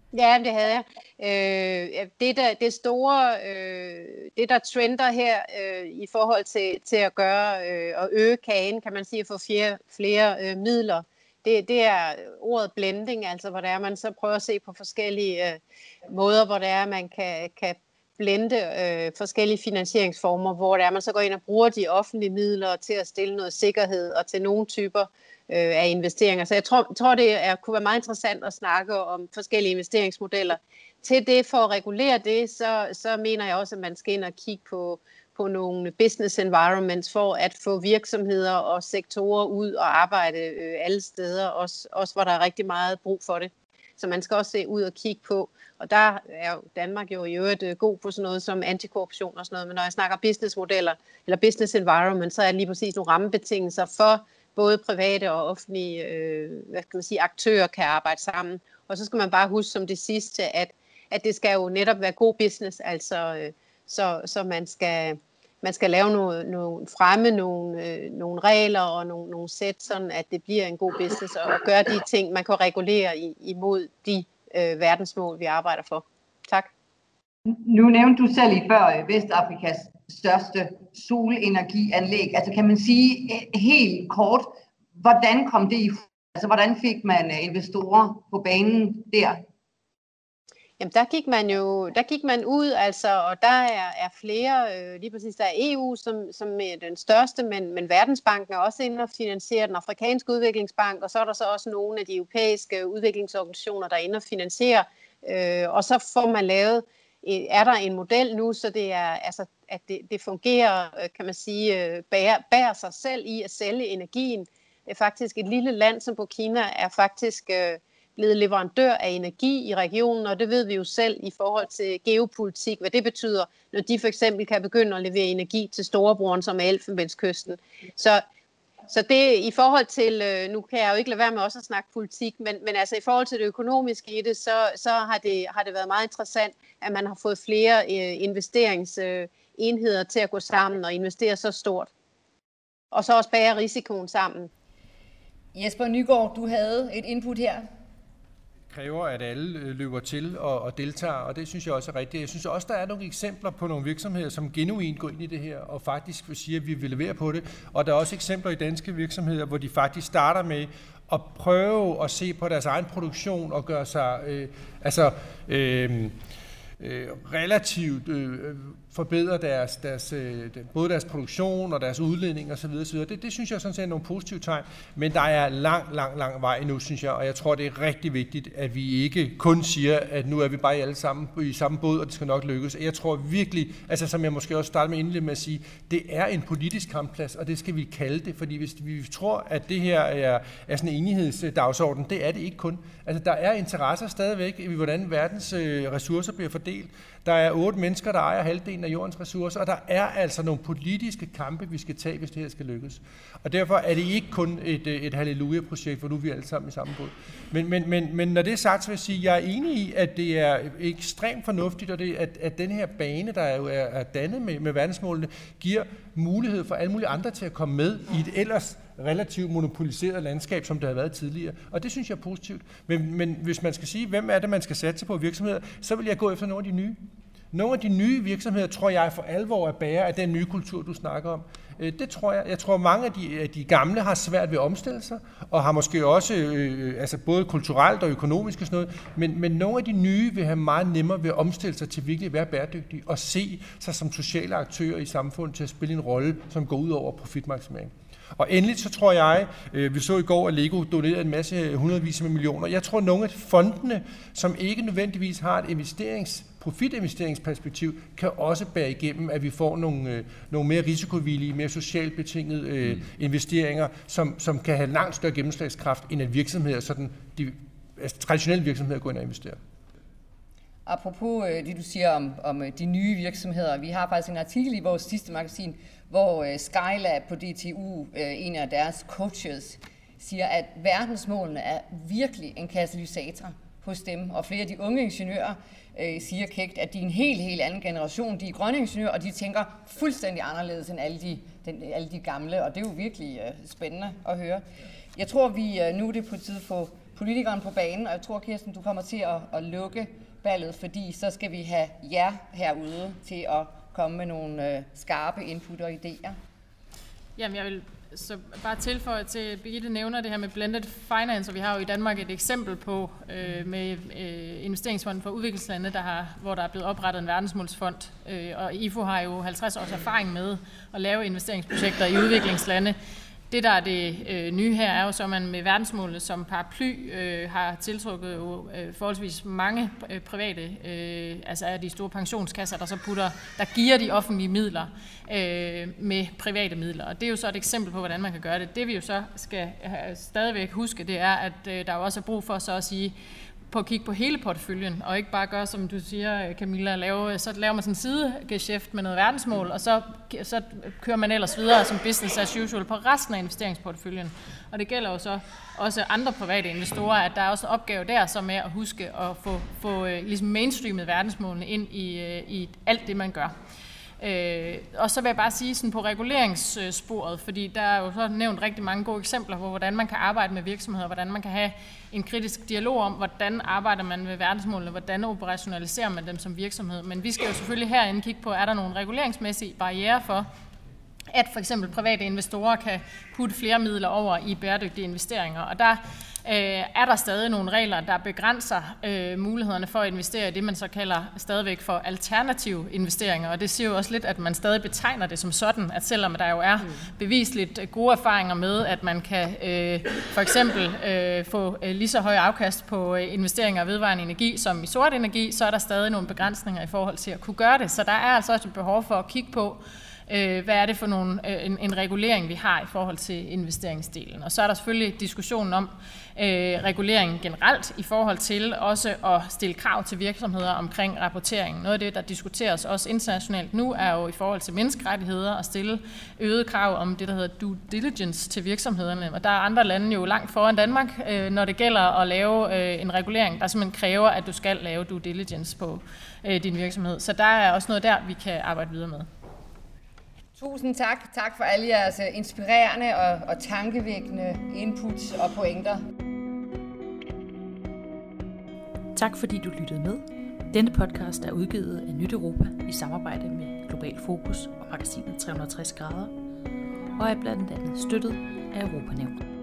Ja, det havde jeg. Øh, det, der, det store, øh, det der trender her øh, i forhold til, til at gøre øh, og øge kagen, kan man sige, at få flere, flere øh, midler, det, det er ordet blending, altså hvor det er, man så prøver at se på forskellige øh, måder, hvor det er, man kan, kan blende øh, forskellige finansieringsformer, hvor det er, man så går ind og bruger de offentlige midler til at stille noget sikkerhed og til nogle typer af investeringer. Så jeg tror, tror det er, kunne være meget interessant at snakke om forskellige investeringsmodeller. Til det, for at regulere det, så, så mener jeg også, at man skal ind og kigge på, på nogle business environments for at få virksomheder og sektorer ud og arbejde øh, alle steder, også, også hvor der er rigtig meget brug for det. Så man skal også se ud og kigge på, og der er jo Danmark jo i øvrigt øh, god på sådan noget som antikorruption og sådan noget, men når jeg snakker businessmodeller eller business environment, så er det lige præcis nogle rammebetingelser for både private og offentlige øh, hvad skal man sige, aktører kan arbejde sammen. Og så skal man bare huske som det sidste, at, at det skal jo netop være god business, altså øh, så, så man skal, man skal lave nogle, nogle fremme nogle, øh, nogle regler og nogle, nogle sæt, sådan at det bliver en god business, og, og gøre de ting, man kan regulere i, imod de øh, verdensmål, vi arbejder for. Tak. Nu nævnte du selv i før Vestafrikas største solenergianlæg. Altså kan man sige helt kort, hvordan kom det i, altså hvordan fik man investorer på banen der? Jamen der gik man jo, der gik man ud, altså, og der er, er flere, øh, lige præcis der er E U, som, som er den største, men, men Verdensbanken er også inde og finansierer den afrikanske udviklingsbank, og så er der så også nogle af de europæiske udviklingsorganisationer, der er inde og finansierer, øh, og så får man lavet, er der en model nu, så det er, altså, at det, det fungerer, kan man sige, bærer, bærer sig selv i at sælge energien. Det er faktisk et lille land som Burkina er faktisk øh, blevet leverandør af energi i regionen, og det ved vi jo selv i forhold til geopolitik, hvad det betyder, når de for eksempel kan begynde at levere energi til storebroren, som er Elfenbenskysten. Så, så det i forhold til, øh, nu kan jeg jo ikke lade være med også at snakke politik, men, men altså i forhold til det økonomiske i det, så, så har, det, har det været meget interessant, at man har fået flere øh, investeringsenheder øh, til at gå sammen og investere så stort. Og så også bære risikoen sammen. Jesper Nygaard, du havde et input her. Kræver, at alle løber til og, og deltager, og det synes jeg også er rigtigt. Jeg synes også, der er nogle eksempler på nogle virksomheder, som genuint går ind i det her, og faktisk siger, at vi vil levere på det. Og der er også eksempler i danske virksomheder, hvor de faktisk starter med at prøve at se på deres egen produktion og gøre sig, øh, altså, øh, øh, relativt øh, forbedre deres, deres, øh, både deres produktion og deres udledning osv. osv. Det, det synes jeg sådan set er nogle positive tegn, men der er lang, lang, lang vej endnu, synes jeg, og jeg tror, det er rigtig vigtigt, at vi ikke kun siger, at nu er vi bare alle sammen i samme båd, og det skal nok lykkes. Jeg tror virkelig, altså som jeg måske også startede med indledning med at sige, det er en politisk kampplads, og det skal vi kalde det, fordi hvis vi tror, at det her er, er sådan en enighedsdagsorden, det er det ikke kun. Altså der er interesser stadigvæk i, hvordan verdens øh, ressourcer bliver fordelt. Der er otte mennesker, der ejer halvdelen af jordens ressourcer, og der er altså nogle politiske kampe, vi skal tage, hvis det her skal lykkes. Og derfor er det ikke kun et, et halleluja-projekt, hvor nu er vi alle sammen i samme båd. Men, men, men, men når det er sagt, så vil jeg sige, at jeg er enig i, at det er ekstremt fornuftigt, og det, at, at den her bane, der jo er, er dannet med, med verdensmålene, giver mulighed for alle mulige andre til at komme med i et ellers relativt monopoliseret landskab, som det har været tidligere. Og det synes jeg er positivt. Men, men hvis man skal sige, hvem er det, man skal satse på virksomheder, så vil jeg gå efter nogle af de nye. Nogle af de nye virksomheder, tror jeg, for alvor er bærer af den nye kultur, du snakker om. Det tror jeg. Jeg tror, mange af de, af de gamle har svært ved at omstille sig, og har måske også, øh, altså både kulturelt og økonomisk og sådan noget, men, men nogle af de nye vil have meget nemmere ved at omstille sig til virkelig at være bæredygtige, og se sig som sociale aktører i samfundet til at spille en rolle, som går ud over profitmaksimering. Og endelig så tror jeg, øh, vi så i går, at Lego donerede en masse hundredvis af millioner. Jeg tror, at nogle af fondene, som ikke nødvendigvis har et investerings profitinvesteringsperspektiv, kan også bære igennem, at vi får nogle, øh, nogle mere risikovillige, mere socialt betingede øh, mm. investeringer, som, som kan have langt større gennemslagskraft, end at virksomheder, sådan de altså, traditionelle virksomheder går ind og investerer. Apropos øh, det, du siger om, om de nye virksomheder. Vi har faktisk en artikel i vores sidste magasin, hvor øh, Skylab på D T U, øh, en af deres coaches, siger, at verdensmålene er virkelig en katalysator hos dem, og flere af de unge ingeniører øh, siger kægt, at de er en helt, helt anden generation. De er grønne ingeniører, og de tænker fuldstændig anderledes end alle de, den, alle de gamle, og det er jo virkelig øh, spændende at høre. Jeg tror, vi øh, nu er det på tide at få politikeren på banen, og jeg tror, Kirsten, du kommer til at, at lukke ballet, fordi så skal vi have jer herude til at komme med nogle øh, skarpe input og idéer. Jamen, jeg vil så bare tilføje til, at Birgitte nævner det her med blended finance, og vi har jo i Danmark et eksempel på øh, med øh, investeringsfonden for udviklingslande, der har, hvor der er blevet oprettet en verdensmålsfond, øh, og I F O har jo halvtreds års erfaring med at lave investeringsprojekter i udviklingslande. Det, der er det øh, nye her, er jo så, at man med verdensmålene som paraply øh, har tiltrukket jo, øh, forholdsvis mange øh, private, øh, altså af de store pensionskasser, der så putter, der giver de offentlige midler øh, med private midler. Og det er jo så et eksempel på, hvordan man kan gøre det. Det vi jo så skal have, stadigvæk huske, det er, at øh, der jo også er brug for så at sige, på at kigge på hele porteføljen, og ikke bare gøre, som du siger, Camilla, lave, så laver man sådan en sidegeschæft med noget verdensmål, og så, så kører man ellers videre som business as usual på resten af investeringsporteføljen. Og det gælder jo så også andre private investorer, at der er også en opgave der, som er at huske at få, få ligesom mainstreamet verdensmålene ind i, i alt det, man gør. Øh, og så vil jeg bare sige sådan på reguleringssporet, fordi der er jo så nævnt rigtig mange gode eksempler på, hvordan man kan arbejde med virksomheder, hvordan man kan have en kritisk dialog om, hvordan arbejder man med verdensmålene, hvordan operationaliserer man dem som virksomhed. Men vi skal jo selvfølgelig herinde kigge på, er der nogle reguleringsmæssige barrierer for, at for eksempel private investorer kan putte flere midler over i bæredygtige investeringer. Og der øh, er der stadig nogle regler, der begrænser øh, mulighederne for at investere i det, man så kalder stadigvæk for alternative investeringer. Og det siger jo også lidt, at man stadig betegner det som sådan, at selvom der jo er bevisligt gode erfaringer med, at man kan øh, for eksempel øh, få øh, lige så høj afkast på øh, investeringer af vedvarende energi som i sort energi, så er der stadig nogle begrænsninger i forhold til at kunne gøre det. Så der er altså også et behov for at kigge på, hvad er det for nogle, en, en regulering, vi har i forhold til investeringsdelen. Og så er der selvfølgelig diskussionen om øh, regulering generelt i forhold til også at stille krav til virksomheder omkring rapportering. Noget af det, der diskuteres også internationalt nu, er jo i forhold til menneskerettigheder at stille øget krav om det, der hedder due diligence til virksomhederne. Og der er andre lande jo langt foran Danmark, øh, når det gælder at lave øh, en regulering, der simpelthen kræver, at du skal lave due diligence på øh, din virksomhed. Så der er også noget der, vi kan arbejde videre med. Tusind tak. Tak for alle jeres inspirerende og, og tankevækkende inputs og pointer. Tak fordi du lyttede med. Denne podcast er udgivet af Nyt Europa i samarbejde med Global Fokus og magasinet tre hundrede og tres grader, og er blandt andet støttet af Europanævnet.